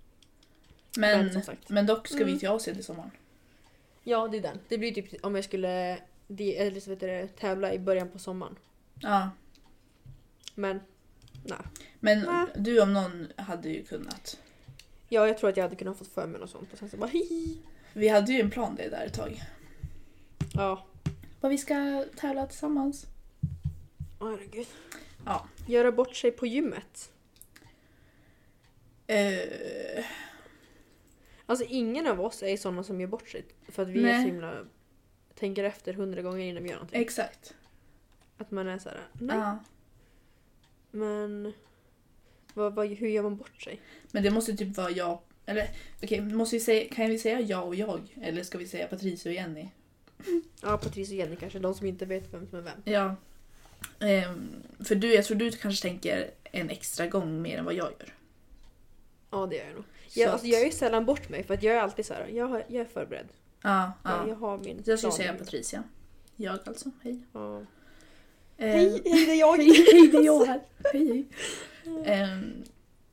Men Men, som sagt. men dock ska vi Mm. till Asien till sommaren. Ja, det är den. Det blir typ om jag skulle di- eller så vet du, tävla i början på sommaren. Ja. Men nej. Men Nej. du om någon hade ju kunnat. Ja, jag tror att jag hade kunnat fått för mig något sånt. Och sen så bara hihi. Vi hade ju en plan det där ett tag. Ja. Vad vi ska tävla tillsammans. Åh, herregud. Ja. Göra bort sig på gymmet. Eh, Alltså ingen av oss är sådana som gör bort sig. För att vi är Nej. så himla... Tänker efter hundra gånger innan vi gör någonting. exakt. Att man är så här, nej. Ja. Men... Vad, vad, hur gör man bort sig? Men det måste typ vara jag. Eller okej, måste vi säga, kan vi säga jag och jag? Eller ska vi säga Patricia och Jenny? Ja, Patricia och Jenny kanske. De som inte vet vem som är vem. Ja. Ehm, för du, jag tror du kanske tänker en extra gång mer än vad jag gör. Ja, det gör jag nog. Så Jag, att- alltså, jag är ju sällan bort mig. För att jag är alltid så här, jag, har, jag är förberedd. Ja, Jag, ja. jag har min Jag skulle plan. säga Patricia. Jag alltså, hej. Ja. Ehm, Hej, hej, det är jag. Hej, hej, det är jag här. Hej, hej. Ehm,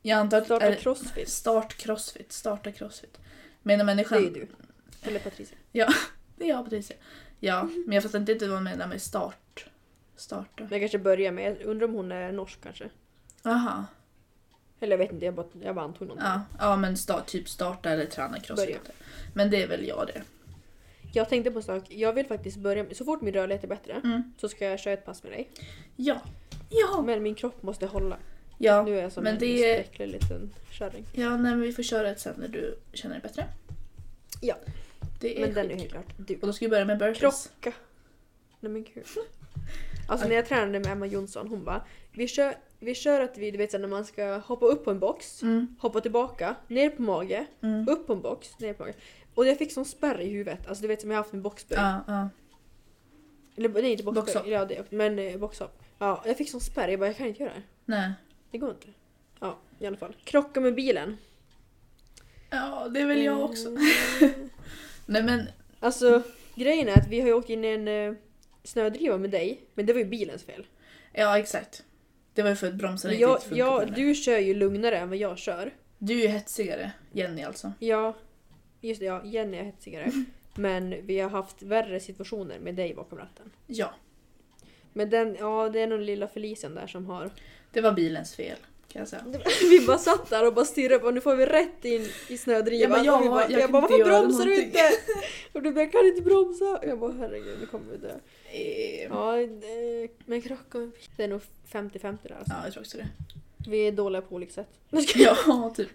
Jag antar att... Starta är- crossfit. Start crossfit. Starta crossfit. Menar Det är människan... ju du. Eller Patricia. Det är jag, Patricia. Ja, men jag fattar inte vad hon menar med start. Starta. Men jag kanske börjar med, jag undrar om hon är norsk kanske. Aha. Eller jag vet inte, jag bara, jag bara antog någonting. Ja, ja men start, typ starta eller träna crossfit. Börja. Men det är väl jag det. Jag tänkte på en sak, jag vill faktiskt börja, så fort min rörlighet är bättre Mm. så ska jag köra ett pass med dig. Ja. Ja. Men min kropp måste hålla. Ja, Nu är jag som men en det är- skräcklig liten kärring. ja nej, men vi får köra ett sen när du känner dig bättre. Ja. Det är Men den är skitkul. helt klart du. Och då ska vi börja med burpees. Krocka. Nej men gud. Alltså när jag tränade med Emma Jonsson, hon bara vi kör, vi kör att vi, du vet så när man ska hoppa upp på en box, Mm. hoppa tillbaka, ner på mage, Mm. upp på en box, ner på mage. Och jag fick sån spärr i huvudet, alltså du vet som jag har haft med boxböj. Ja, ja. Eller nej inte boxböj, Boxhopp. ja, det, men eh, boxhopp. Ja, jag fick sån spärr, jag bara jag kan inte göra det. Nej. Det går inte. Ja, i alla fall. Krocka med bilen. Ja, det är väl jag också. Mm. Nej men, Alltså, grejen är att vi har ju åkt in i en eh, snödriva med dig, men det var ju bilens fel. ja exakt. Det var ju för att bromsen Men inte jag, riktigt funkade. jag, eller? du kör ju lugnare än vad jag kör. Du är ju hetsigare, Jenny alltså. Ja, just det, ja, Jenny är hetsigare. Men vi har haft värre situationer med dig bakom ratten. Ja, Men den, ja, det är nog lilla Felician där som har... det var bilens fel kan jag säga. Vi bara satt där och bara stirrade på, nu får vi rätt in i snödrivan. Jag bara, ja, Och vi bara, jag jag kan bara inte varför göra bromsar du någonting." inte? Och du bara, jag kan inte bromsa. Och jag bara, herregud, nu kommer vi dö. Eh, Ja, det, men krocka med bil. Det är nog femtio femtio där alltså. Ja, jag tror också det. Vi är dåliga på olika sätt. Ja, typ.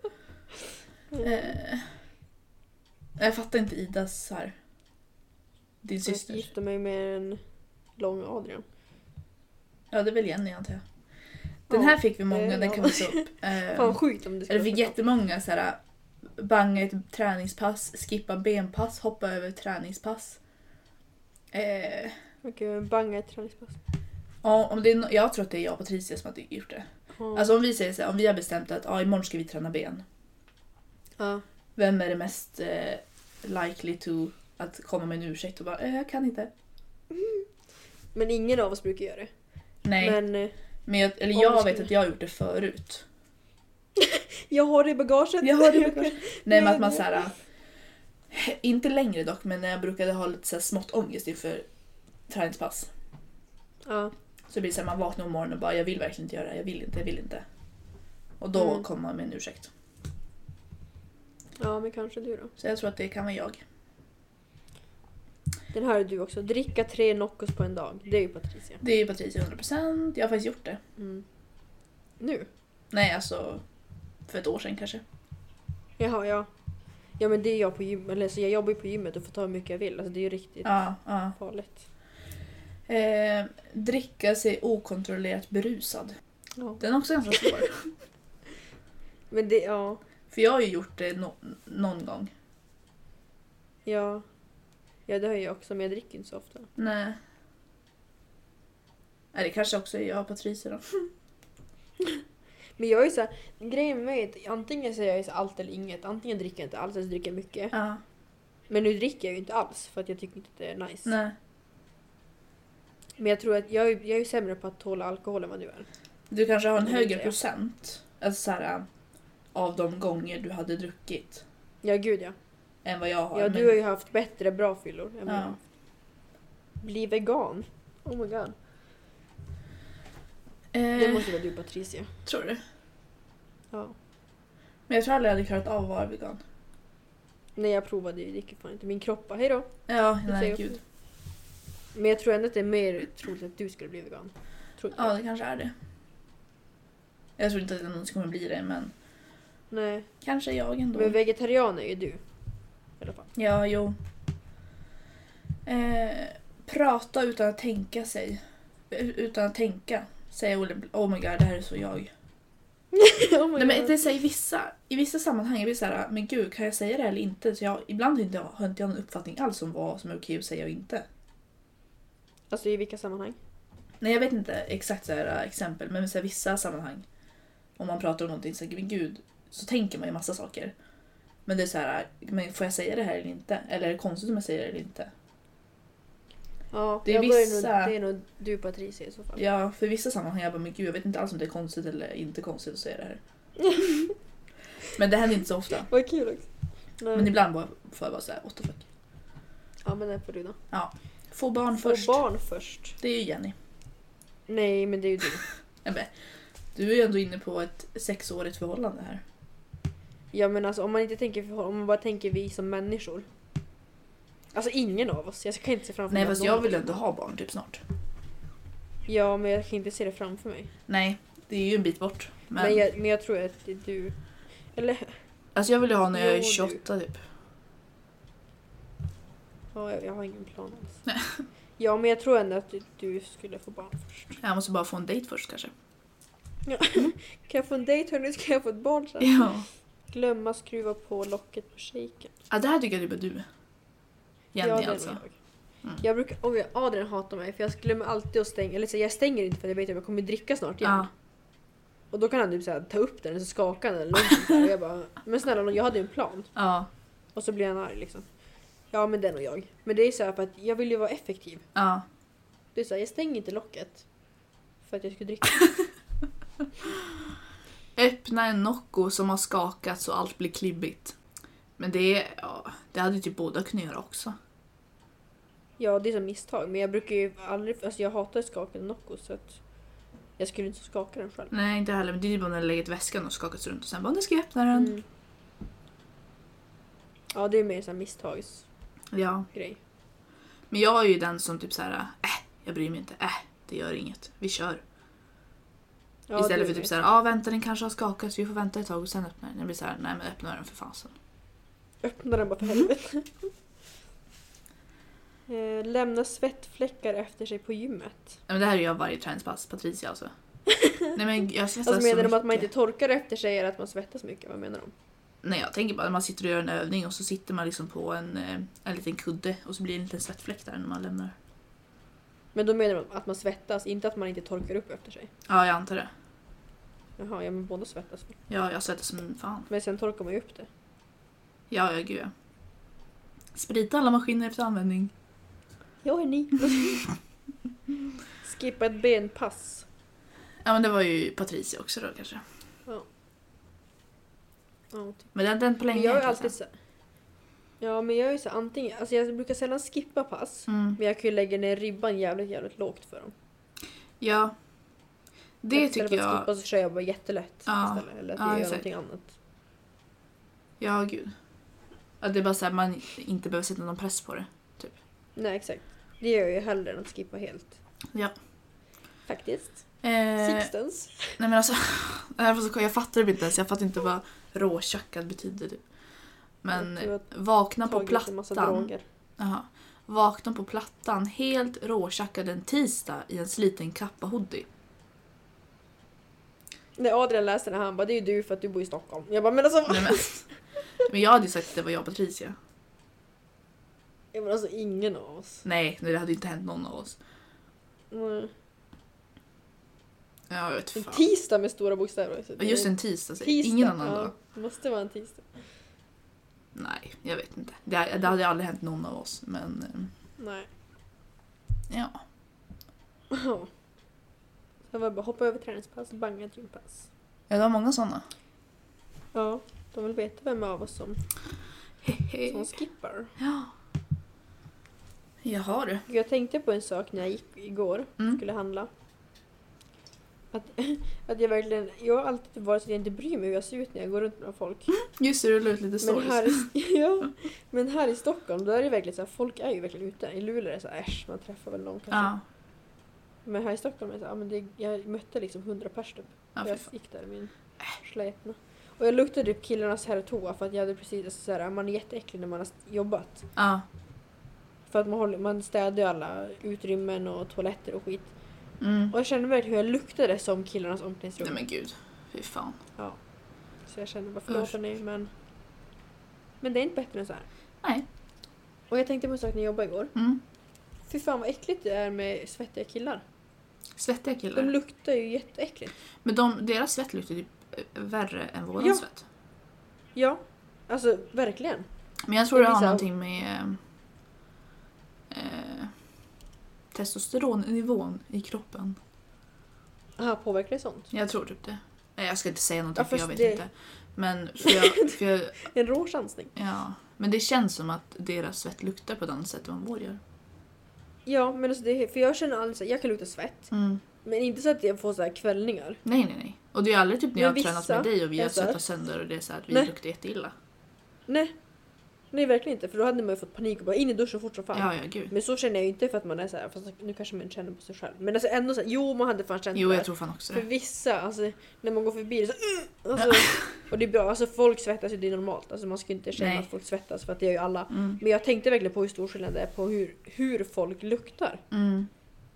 Eh, jag fattar inte Idas här. Din Jag ska syster. gifta mig med en lång Adrian. Ja, det är väl Jenny antar jag. Den Ja, här fick vi många, det är den jag. kan vi se upp. Eh, Fan sjukt om det eller skulle vi fick vara så. jättemånga så här. Banga ett träningspass, skippa benpass, hoppa över träningspass. Eh, Okej, banga ett träningspass. ja, om det är, no- jag tror att det är jag och Patricia som har gjort det. Ja. Alltså om vi säger så här, om vi har bestämt att ah, imorgon ska vi träna ben. ja. Vem är det mest eh, likely to att komma med en ursäkt och bara eh, jag kan inte. Men ingen av oss brukar göra det. Nej, men, Men eh, jag, eller om jag vi vet skulle- att jag har gjort det förut. jag har det i bagaget. Jag har det i bagaget. Nej men att man Men- såhär, inte längre dock, men när jag brukade ha lite så här smått ångest inför träningspass. Ja. Så blir det såhär, man vaknar om morgonen och bara jag vill verkligen inte göra det, jag vill inte, jag vill inte. Och då Mm. kommer man med en ursäkt. ja, men kanske du då. Så jag tror att det kan vara jag. Den här är du också. Dricka tre Noccos på en dag. Det är ju Patricia. Det är ju Patricia hundra procent, jag har faktiskt gjort det. Mm. Nu? Nej alltså, för ett år sedan kanske. Jaha, ja. Ja men det är jag på gym. Eller så jag jobbar ju på gymmet och får ta hur mycket jag vill. Alltså det är ju riktigt Ja, ja. farligt. Eh, dricka sig okontrollerat berusad. Ja. Den är också ganska svår. Men det, ja. För jag har ju gjort det no- någon gång. Ja. Ja det har jag också, men jag dricker inte så ofta. Nej. Nej, det kanske också är jag och Patricia då. Men jag är ju så här, grejen med mig är att antingen säger jag ju så allt eller inget. Antingen dricker jag inte alls eller så dricker jag mycket. Ja. Men nu dricker jag ju inte alls för att jag tycker inte att det är nice. Nej. Men jag tror att jag, är- jag är ju sämre på att tåla alkohol än vad du är. Du kanske har en Det vet högre jag. procent. Alltså så här, av de gånger du hade druckit. Ja gud ja. Än vad jag har. Ja men- du har ju haft bättre bra fyllor än vad jag har Ja. haft. Bli vegan. Oh my god. Eh, Det måste vara du Patricia. Tror du? Ja. Men jag tror aldrig jag hade klarat av att vara vegan. Nej jag provade ju, det gick ju fan inte. Min kropp bara, hejdå. Ja, Det nej säger gud. jag. Men jag tror ändå att det är mer troligt att du skulle bli vegan. Tror inte Ja, jag. det kanske är det. Jag tror inte att jag någonsin kommer bli det, men Nej. kanske jag ändå. Men vegetarian är ju du. I alla fall. Ja, jo. Eh, prata utan att tänka sig. Utan att tänka. Säga oh my god, det här är så jag. oh my Nej, men God. det är så här, i, vissa, I vissa sammanhang jag blir så här, men gud, kan jag säga det eller inte? Så jag, ibland har inte jag, har inte jag någon uppfattning alls om vad som är okej att säga och inte. Alltså i vilka sammanhang? Nej, jag vet inte exakt så här, äh, exempel, men i vissa sammanhang. Om man pratar om någonting så men gud, så tänker man ju massa saker. Men det är så här, men får jag säga det här eller inte? Eller är det konstigt om jag säger det eller inte? Ja, Det är jag börjar vissa- nog, det är nog du Patricia i så fall. Ja, för vissa sammanhang jag bara, men gud, jag vet inte alls om det är konstigt eller inte konstigt att säga det här. Men det händer inte så ofta. Vad kul också. Nej. Men ibland bara får jag bara säga what the fuck. Ja, men det får du då. Ja. Få barn Få först. barn först. Det är ju Jenny. Nej, men det är ju du. Ja, men, du är ju ändå inne på ett sexårigt förhållande här. Ja, men alltså om man inte tänker för, om man bara tänker vi som människor. Alltså ingen av oss. Jag kan inte se framför Nej, mig. fast att jag någon- vill ändå ha barn typ snart. Ja, men jag kan inte se det framför mig. Nej, det är ju en bit bort. Men, Men, jag, men jag tror att det är du. Eller, alltså jag vill ju ha när jag är Jo, du. tjugoåtta typ. ja, jag, jag har ingen plan alls. Ja, men jag tror ändå att du, du skulle få barn först. Jag måste bara få en dejt först kanske. Ja. Kan jag få en dejt hörni, ska jag få ett barn sen? Ja. Glömma skruva på locket på shaken. Ja, det här tycker jag typ är du. Jenny ja, det är alltså. nog jag. Mm. Jag brukar, oj, Adrian hatar mig för jag glömmer alltid att stänga. Eller så jag stänger inte för jag vet att jag kommer dricka snart igen. Ja. Och då kan han typ så här, ta upp den och så skakar den eller någonting. Och jag bara, men snälla jag hade ju en plan. Ja. Och så blir han arg liksom. Ja men den och jag. Men det är så här för att jag vill ju vara effektiv. Ja. Det är så här, jag stänger inte locket. För att jag ska dricka. Öppna en Nocco som har skakat så allt blir klibbigt. Men det, är, ja, det hade ju typ båda kunnat göra också. Ja det är som misstag. Men jag brukar ju aldrig, alltså jag hatar skakande Nocco så att jag skulle inte skaka den själv. Nej, inte heller. Men det är ju bara när jag lägger väskan och skakats runt och sen bara, nu ska jag öppna den. Mm. Ja det är mer en sån här misstagsgrej. Ja. Men jag är ju den som typ så här, äh, jag bryr mig inte. Äh, det gör inget. Vi kör. Ja, Istället det för är typ det. såhär, ja ah, vänta den kanske har skakats, vi får vänta ett tag och sen öppna den. Jag blir såhär, nej men öppna den för fasen. Öppna den bara för helvete. eh, lämna svettfläckar efter sig på gymmet. Nej, men det här är jag varje träningspass, Patricia alltså. Nej men jag svettas Alltså menar så de att man mycket. inte torkar efter sig eller att man svettas mycket? Vad menar de? Nej jag tänker bara när man sitter och gör en övning och så sitter man liksom på en, eh, en liten kudde och så blir det en liten svettfläck där när man lämnar. Men då menar de att man svettas, inte att man inte torkar upp efter sig. Ja jag antar det. Jaha, ja men båda svettas väl. Ja jag svettas som fan. Men sen torkar man ju upp det. Ja ja gud ja. Sprita alla maskiner efter användning. Ja, är ni. Skippa ett benpass. Ja men det var ju Patricia också då kanske. Ja. Ja, typ. Men den, den på länge. Men jag är kan alltid säga. så. Ja, men jag är så antingen, alltså jag brukar sällan skippa pass. Mm. Men jag kan ju lägga ner ribban jävligt jävligt lågt för dem. Ja. Det Istället tycker för att jag. skippa så kör jag bara jättelätt Ja. istället. Eller att Ja, jag gör exakt. någonting annat. Ja, gud. Att det är bara så här, man inte behöver sätta någon press på det. Nej, exakt. Det gör jag ju hellre än att skippa helt. Ja. Faktiskt. Eh, Sixtens. nej men alltså, det här var så, jag fattar det inte ens. Jag fattar inte vad råtjackad betyder typ. Men Jag tror att vakna på tagit en massa plattan. droger. Aha, vakna på plattan helt råtjackad en tisdag i en sliten kappa-hoodie. När Adrian läste den här, han bara, det är ju du för att du bor i Stockholm. Jag bara, men alltså... Nej, men, men jag hade ju sagt att det var jag och Patricia. Ja, men alltså ingen av oss. Nej, det hade ju inte hänt någon av oss. Nej. Ja, jag vet En fan. tisdag med stora bokstäver. Så det är Just en tisdag, så tisdag. ingen annan Ja, dag. det måste vara en tisdag. Nej, jag vet inte. Det, det hade aldrig hänt någon av oss, men eh, Nej. ja. Ja. Så var det bara hoppa över träningspass, banga ett gympass. Ja, det var många sådana. Ja, de vill veta vem av oss som, Hehe. som skippar. Ja. Jaha du. Jag tänkte på en sak när jag gick igår Mm. skulle handla. Att, att jag verkligen, jag har alltid varit så att jag inte bryr mig hur jag ser ut när jag går runt bland folk. Just det, du la ut lite Men stories. här, i, ja, men här i Stockholm, då är det verkligen så här, folk är ju verkligen ute. I Luleå är det så här, äsch, man träffar väl någon kanske. Ja, Men här i Stockholm är det så här, ja, men det, jag mötte liksom hundra pers typ. ja Och fy jag fan. gick där i min släpna. Och jag luktade upp killarnas herrtoa för att jag hade precis så här, man är jätteäcklig när man har jobbat. Ja. För att man, håller, man städar ju alla utrymmen och toaletter och skit. Mm. Och jag kände verkligen hur jag luktade som killarnas omklädningsrum. Nej men gud. Fy fan. Ja. Så jag kände bara förlåt Usch. hörni, men... Men det är inte bättre än så här. Nej. Och jag tänkte på en sak när jag jobbade igår. Mm. Fy fan vad äckligt det är med svettiga killar. Svettiga killar. De luktar ju jätteäckligt. Men de, deras svett luktar typ eh, värre än våran Ja. svett. Ja, alltså verkligen. Men jag tror Det det, blir har så här- någonting med eh, testosteronnivån i kroppen. Aha, påverkar det sånt? Jag tror typ det. Nej, jag ska inte säga någonting Ja, för jag fast vet det- inte. Men för jag, för jag, En rå chansning. ja. Men det känns som att deras svett luktar på ett annat sätt än vad vår gör. Ja, men alltså det, för jag känner aldrig så här, jag kan lukta svett. Mm. Men inte så att jag får så här kvällningar. Nej, nej, nej. Och det är aldrig typ när jag har Men tränat vissa med dig och vi har är så här- svettat sönder och det är så här att vi Nej. luktar jätteilla. Nej. Nej, verkligen inte. För då hade man ju fått panik och bara in i duschen fort som fan. Ja, ja, gud. Men så känner jag ju inte för att man är så här, fast nu kanske man känner på sig själv. Men alltså ändå så här, jo man hade fan känt Jo, det. jag tror fan också För det. vissa, alltså när man går förbi det så uh, alltså, och det är bra, alltså folk svettas ju, det är normalt. Alltså man ska ju inte känna Nej. att folk svettas för att det gör ju alla. Mm. Men jag tänkte verkligen på hur stor skillnad det är på hur, hur folk luktar. Mm.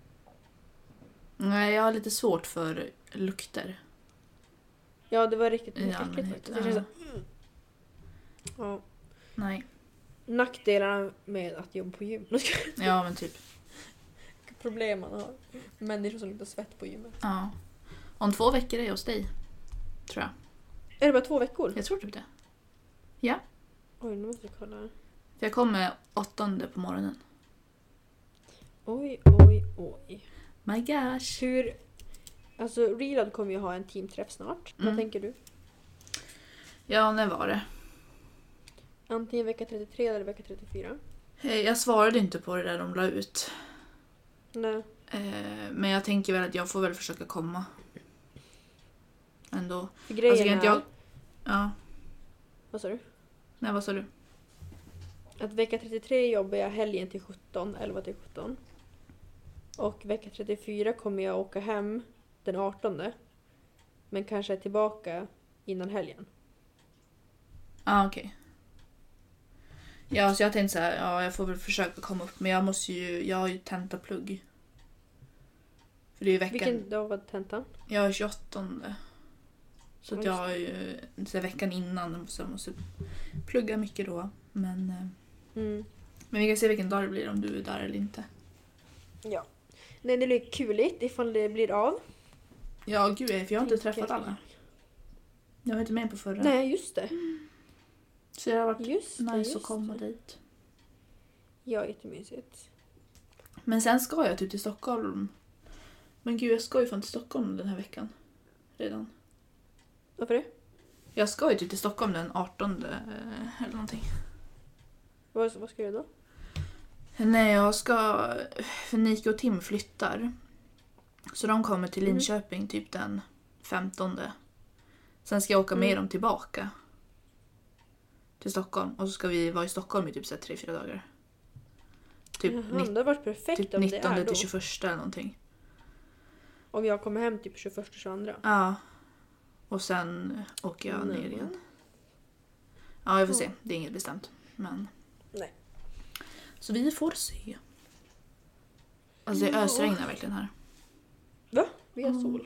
Nej, jag har lite svårt för lukter. Ja, det var riktigt I äckligt allmänhet, faktiskt. Jag kände ja. så, mm. Ja. Nej. Nackdelarna med att jobba på gym. Ja, men typ. Problem man har. Människor som luktar svett på gymmet. Ja. Om två veckor är jag hos dig. Tror jag. Är det bara två veckor? Jag tror typ det. Oj, nu måste jag kolla. För jag kommer åttonde på morgonen. Oj, oj, oj. My gosh. Hur... Alltså, Reload kommer ju ha en teamträff snart. Mm. Vad tänker du? Ja, när var det? Antingen vecka trettiotre eller vecka trettiofyra. Eh, Jag svarade inte på det där de la ut. Nej. Eh, Men jag tänker väl att jag får väl försöka komma. Ändå. För grejen Alltså, kan är... inte jag... Ja. Vad sa du? Nej, vad sa du? Att vecka trettiotre jobbar jag helgen till sjutton, elva till sjutton. Och vecka trettiofyra kommer jag åka hem den artonde. Men kanske är tillbaka innan helgen. Ja, ah, okej. Ja, så jag tänkte så här, ja, jag får väl försöka komma upp. Men jag måste ju, jag har ju tentaplugg. För det är ju veckan. Vilken dag var tentan? Jag är tjugoåttonde. Så att Ja, jag har ju så här, veckan innan så jag måste plugga mycket då. Men, eh, Mm. men vi kan se vilken dag det blir om du är där eller inte. Ja. Nej, det blir kuligt ifall det blir av. Ja, gud, för jag har inte Tänker träffat jag. alla. Jag var inte med på förra. Nej, just det. Så det har varit Just det, nice just att komma det. dit. Ja, jättemysigt. Men sen ska jag typ till Stockholm. Men gud, jag ska ju fan till Stockholm den här veckan. Redan. Varför det? Jag ska ju typ till Stockholm den artonde eh, eller någonting. Vad, vad ska du då? Nej, jag ska... För Nico och Tim flyttar. Så de kommer till Mm. Linköping typ den femtonde. Sen ska jag åka med Mm. dem tillbaka. Till Stockholm. Och så ska vi vara i Stockholm i typ så här tre, fyra dagar. Typ, Jaha, nitt- det har varit perfekt typ om det nittonde är då. till tjugoförsta eller någonting. Om jag kommer hem typ tjugoförsta tjugoandra. Ja. Och sen åker jag Nej. ner igen. Ja, jag får Ja. se. Det är inget bestämt. Men... Nej. Så vi får se. Alltså det Ja. ösregnar verkligen här. Va? Vi har Mm. sol.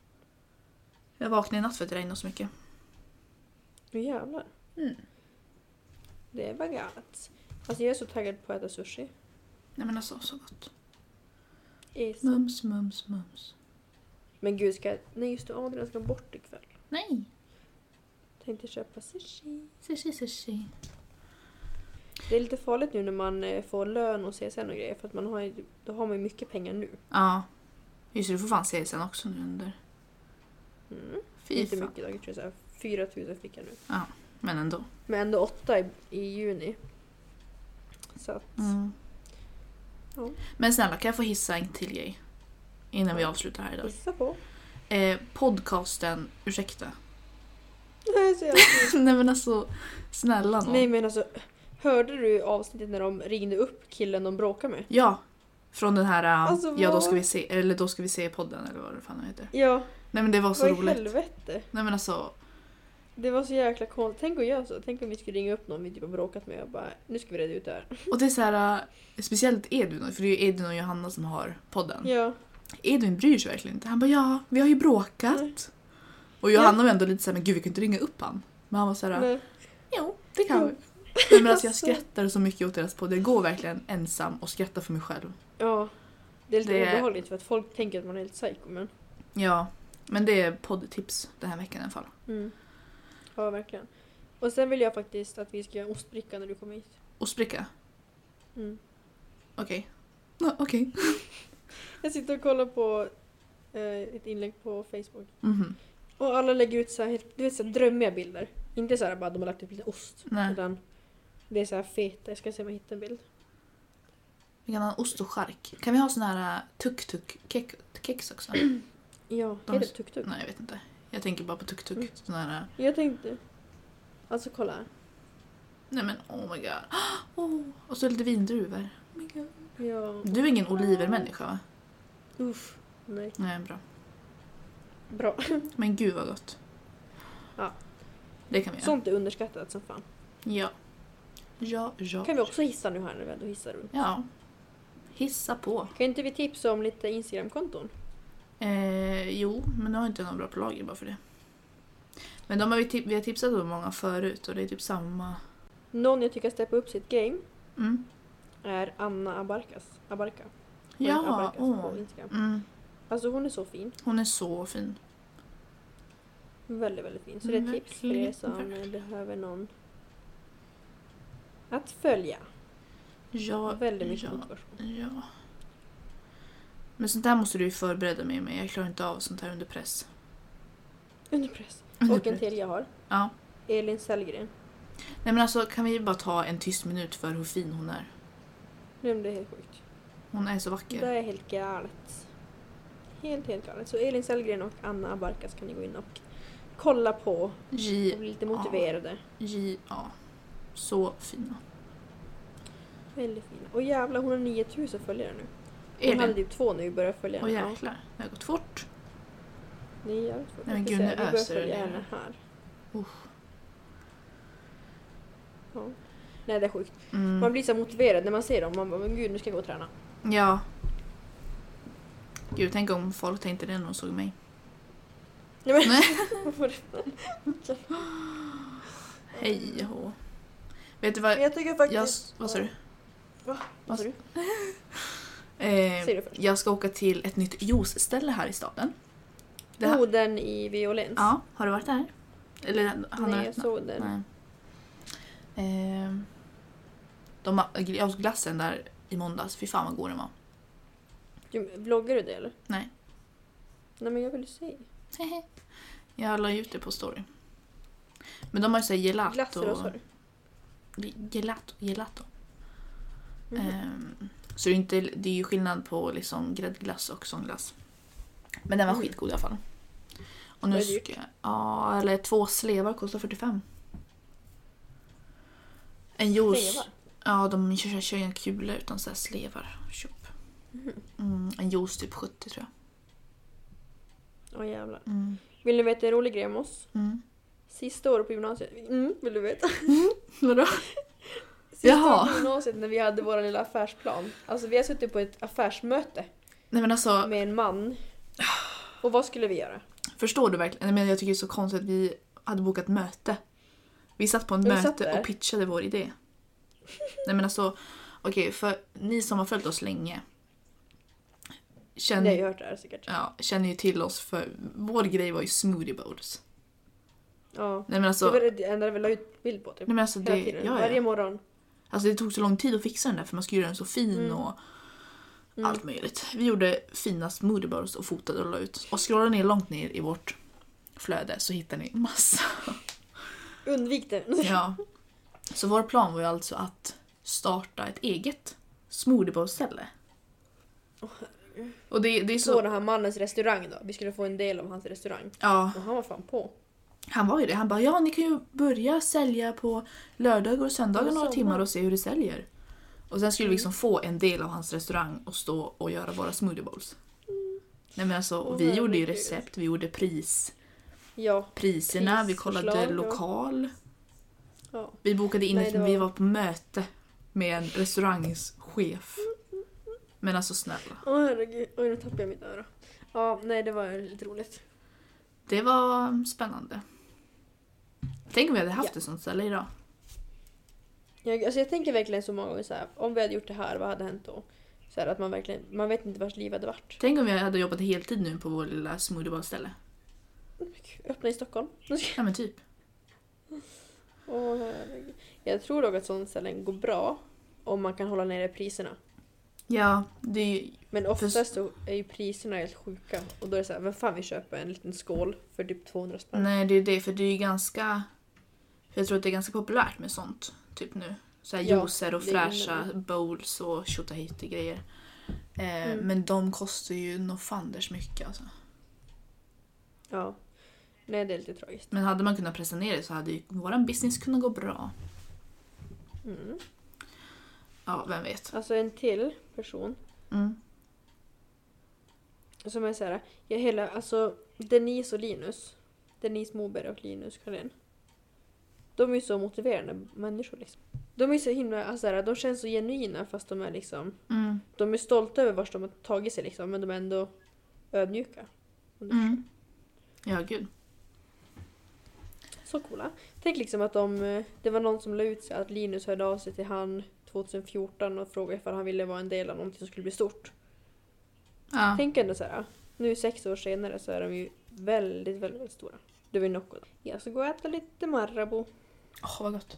Jag vaknade i natt för att det regnade så mycket. Nu jävlar. Mm. Det var galet. Alltså jag är så taggad på att äta sushi. Nej men alltså, så gott. Is. Mums, mums, mums. Men gud, ska jag... Nej just det, Adrian ska bort ikväll. Nej. Tänkte köpa sushi. Sushi, sushi. Det är lite farligt nu när man eh, får lön och C S N och grejer. För att man har ju, då har man ju mycket pengar nu. Ja. Just det, du får fan se sen också nu under. Mm. Fy Inte fan. mycket idag, jag tror jag fyra tusen fick jag nu. Men ändå. Men ändå åtta i, i juni. Så att... Mm. Ja. Men snälla, kan jag få hissa en till grej? Innan vi Ja. avslutar här idag. Gissa på. Eh, podcasten, ursäkta. Nej, så jävla kul. Nej men alltså, snälla nån. Nej men alltså, hörde du avsnittet när de ringde upp killen de bråkade med? Ja. Från den här, äh, Alltså, ja då vad? ska vi se, eller då ska vi se podden eller vad det fan heter. Ja, Nej men det var så vad i roligt. helvete? Nej men alltså, Det var så jäkla konstigt. Tänk att göra så. Tänk om vi skulle ringa upp någon vi typ har bråkat med och bara, nu ska vi reda ut det här. och det är så här, äh, speciellt Edvin, för det är ju Edvin och Johanna som har podden. Ja, Edvin bryr sig verkligen inte. Han bara, ja, vi har ju bråkat. Nej. Och Johanna var ändå lite så här, men gud vi kan inte ringa upp han. Men han var så här, nej. jo, det kan Jo. vi. Nej, men alltså jag Alltså. skrattar så mycket åt deras podd. Jag går verkligen ensam och skrattar för mig själv. Ja. Det är lite Det- obehagligt för att folk tänker att man är helt psycho, men... Ja, men det är poddtips den här veckan i alla fall. Mm. Ja, verkligen. Och sen vill jag faktiskt att vi ska göra ostbricka när du kommer hit. Ostbricka? Mm. Okej. Ja, okej. Jag sitter och kollar på eh, ett inlägg på Facebook. Mhm. Och alla lägger ut så här, helt- du vet, så här drömmiga bilder. Inte så här bara de har lagt upp lite ost. Nej. Utan det är så här feta. Jag ska se om jag hittar en bild. Vi kan ha ost och chark. Kan vi ha sån här tuk-tuk-kex också? Ja, De- heter det tuk-tuk? Nej, jag vet inte. Jag tänker bara på tuk-tuk. Mm. Sån här... Jag tänkte... Alltså kolla här. Nej men oh my god. Oh, och så lite vindruvor. Oh my god. Ja. Du är ingen olivermänniska va? Uff. Nej. Nej, bra. Bra. Men gud vad gott. Ja. Det kan vi göra. Sånt är underskattat som fan. Ja. Ja, ja. Kan vi också hissa nu här när vi ändå hissar runt? Ja. Hissa på. Kan inte vi tipsa om lite Instagram-konton? Eh, jo, men nu har jag inte någon bra på lager bara för det. Men de har vi, tip- vi har tipsat om många förut och det är typ samma. Någon jag tycker steppa upp sitt game Mm. är Anna Abarkas. Abarka. Ja, Abarkas åh. på Instagram. Mm. Alltså hon är så fin. Hon är så fin. Väldigt, väldigt fin. Så det är ett tips för er Verkligen, som verkligen. behöver någon att följa. Ja, Väldigt mycket ja, motivation. ja. Men sånt där måste du ju förbereda mig med. Jag klarar inte av sånt här under press. Under press. Under Och en press. till jag har. Ja. Elin Sellgren. Nej men alltså kan vi bara ta en tyst minut för hur fin hon är? Nej, men det är helt sjukt. Hon är så vacker. Det är helt galet. Helt, helt galet. Så Elin Sellgren och Anna Abarkas kan ni gå in och kolla på. Och J, bli lite motiverade. J, ja. Så fina. Väldigt fina. Och jävlar, hon har nio tusen följare nu. Hon Elin. hade typ två när vi började följa Åh henne. jäklar, det har gått fort. Ja, det är jävligt fort. Nej, men Jag ska gud, se, nu vi börjar öser det följa ner. henne här. Usch. Ja. Nej, det är sjukt. Mm. Man blir så motiverad när man ser dem. Man bara, men gud, nu ska jag gå och träna. Ja. Gud, tänk om folk tänkte det när de såg mig. Nej, men. Nej. Varför? Hej hå. Vet du vad? Men jag tycker Jag, faktiskt... vad sa du? Va? Vad sa du? Eh, Säg det först. jag ska åka till ett nytt juiceställe här i staden. Det här, Oh, den i Violens. ja, har du varit där? Eller han har Nej, jag öppnat? såg den. Nej. Eh, de har, jag åt glassen där i måndags. Fy fan vad god den var. Du, vloggar du det eller? Nej. Nej, men jag vill se. Jag la ut det på story. Men de har ju såhär gelato. Glasser och så. Gelato. Gelato. Mhm. Ehm, så det är, inte, det är ju skillnad på liksom gräddglass och sån glass. Men den var Mm. skitgod i alla fall. Och nu Vad är det dyrt? ska jag, ja, eller två slevar kostar fyrtiofem. En juice. Slevar? Ja, de kör, kör inga kulor utan så här slevar. Köp. Mhm. Mm, en juice typ sjuttio tror jag. Åh jävlar. Mm. Vill ni veta en rolig grej om oss? Mm. Sista året på gymnasiet. Mm, vill du veta? Vadå? Sista Jaha. året på gymnasiet när vi hade vår lilla affärsplan. Alltså vi har suttit på ett affärsmöte Nej men alltså, med en man. Och vad skulle vi göra? förstår du verkligen? Nej, men jag tycker det är så konstigt att vi hade bokat möte. Vi satt på en Vi satt möte där. och pitchade vår idé. Nej men alltså, okej, för ni som har följt oss länge Det känner, har jag hört det här säkert. ja, känner ju till oss för vår grej var ju smoothie bowls. Ja. Nej men alltså, Det var det enda vi la ut bild på typ. nej, men alltså Hela det, tiden. ja, Varje ja. morgon. Alltså det tog så lång tid att fixa den där för man skulle göra den så fin Mm. och Mm. allt möjligt. Vi gjorde fina smoothie bowls och fotade och la ut. Och scrollade ner långt ner i vårt flöde så hittar ni massa. Undvik det. Ja. Så vår plan var ju alltså att starta ett eget smoothie bowl-ställe. Och det, det är Så så... den här mannens restaurang då. Vi skulle få en del av hans restaurang. Ja, Och han var fan på. han var ju det. Han bara, ja ni kan ju börja sälja på lördagar och söndagar Ja, några så timmar bra. och se hur det säljer. Och sen skulle vi Mm. liksom få en del av hans restaurang och stå och göra våra smoothie bowls. Nej men alltså, Åh, vi gjorde ju herregud. recept, vi gjorde pris, Ja. priserna, vi Prisförslag, kollade ja. lokal. ja. Vi bokade in Nej, ett, det var- vi var på möte med en restaurangschef. Men alltså snälla. Åh herregud. Oj, nu tappade jag mitt öra. Ja, nej det var lite roligt. Det var spännande. Tänk om vi hade haft Ja. ett sånt ställe idag. Jag, alltså jag tänker verkligen så många gånger så här. Om vi hade gjort det här, vad hade hänt då? Så här, att man verkligen, man vet inte vars liv hade varit. Tänk om vi hade jobbat heltid nu på vår lilla smoothie-bar-ställe. Öppna i Stockholm. Ja men typ. Åh herregud. Jag tror dock att sådana ställen går bra om man kan hålla nere priserna. Ja, det är ju... Men oftast så är ju priserna helt sjuka. Och då är det så här, vad fan vi köper en liten skål för typ tvåhundra spänn. Nej, det är det. För det är ju ganska... För jag tror att det är ganska populärt med sånt. Typ nu. Så här Ja, juicer och det är fräscha inne. bowls och tjotahit grejer. Eh, Mm. Men de kostar ju nog fanders mycket alltså. Ja. Nej, det är lite tragiskt. Men hade man kunnat pressa ner det så hade ju våran business kunnat gå bra. Mm. Ja, vem vet. Alltså en till person Mm. som är så här, jag hela, alltså Denise och Linus. Denise Moberg och Linus Karlén. De är ju så motiverande människor liksom. De är så himla, alltså, så här, de känns så genuina fast de är liksom, Mm. de är stolta över vart de har tagit sig liksom, men de är ändå ödmjuka. Mm. Ja, gud. Så coola. Tänk liksom att de, det var någon som la ut sig att Linus hörde av sig till han tjugohundrafjorton och frågade ifall han ville vara en del av någonting som skulle bli stort. Ja. Tänk ändå så här, nu sex år senare så är de ju väldigt, väldigt, väldigt stora. Det var ju Nocco. Jag ska gå och äta lite Marabou. Åh, vad gott.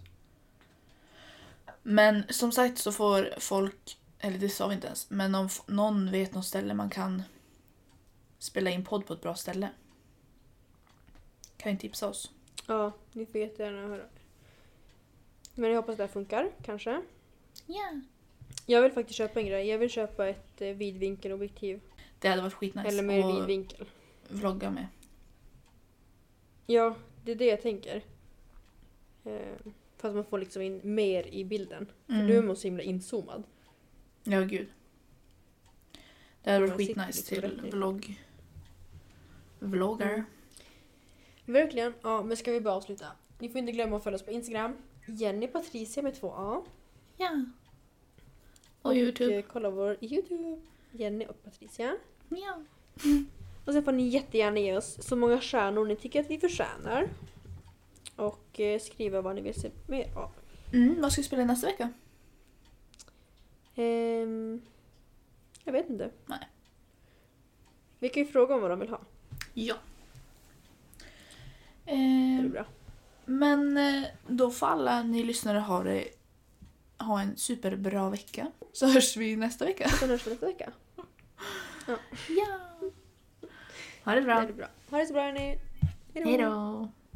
Men som sagt så får folk, eller det sa vi inte ens, men om f- någon vet något ställe man kan spela in podd på ett bra ställe. Kan ju tipsa oss. Ja, ni får jättegärna höra. Men jag hoppas att det här funkar, kanske. Ja. Jag vill faktiskt köpa en grej. Jag vill köpa ett eh, vidvinkelobjektiv. Det hade varit skitnice. Eller mer och vidvinkel. vlogga med. Ja, det är det jag tänker. Eh, fast man får liksom in mer i bilden. För Mm. nu är man så himla inzoomad. Ja, gud. Det hade varit Man sitter skitnice liksom till rätt i. vlogg. Vloggar. Mm. Verkligen. Ja, men ska vi bara avsluta. Ni får inte glömma att följa oss på Instagram. Jenny Patricia med två A. Ja. Och YouTube. eh, kolla vår YouTube. Jenny och Patricia. Ja. Och sen får ni jättegärna ge oss så många stjärnor ni tycker att vi förtjänar. Och eh, skriva vad ni vill se mer av. Mm, vad ska vi spela nästa vecka? Ehm, jag vet inte. Nej. Vi kan ju fråga om vad de vill ha. Ja. Det är Eh, bra. men eh, då får alla ni lyssnare ha, det, ha en superbra vecka. Så hörs vi nästa vecka. Sen hörs vi nästa vecka. Ja. Ha det Det bra. är bra. Ha det så bra hörni. Hej då.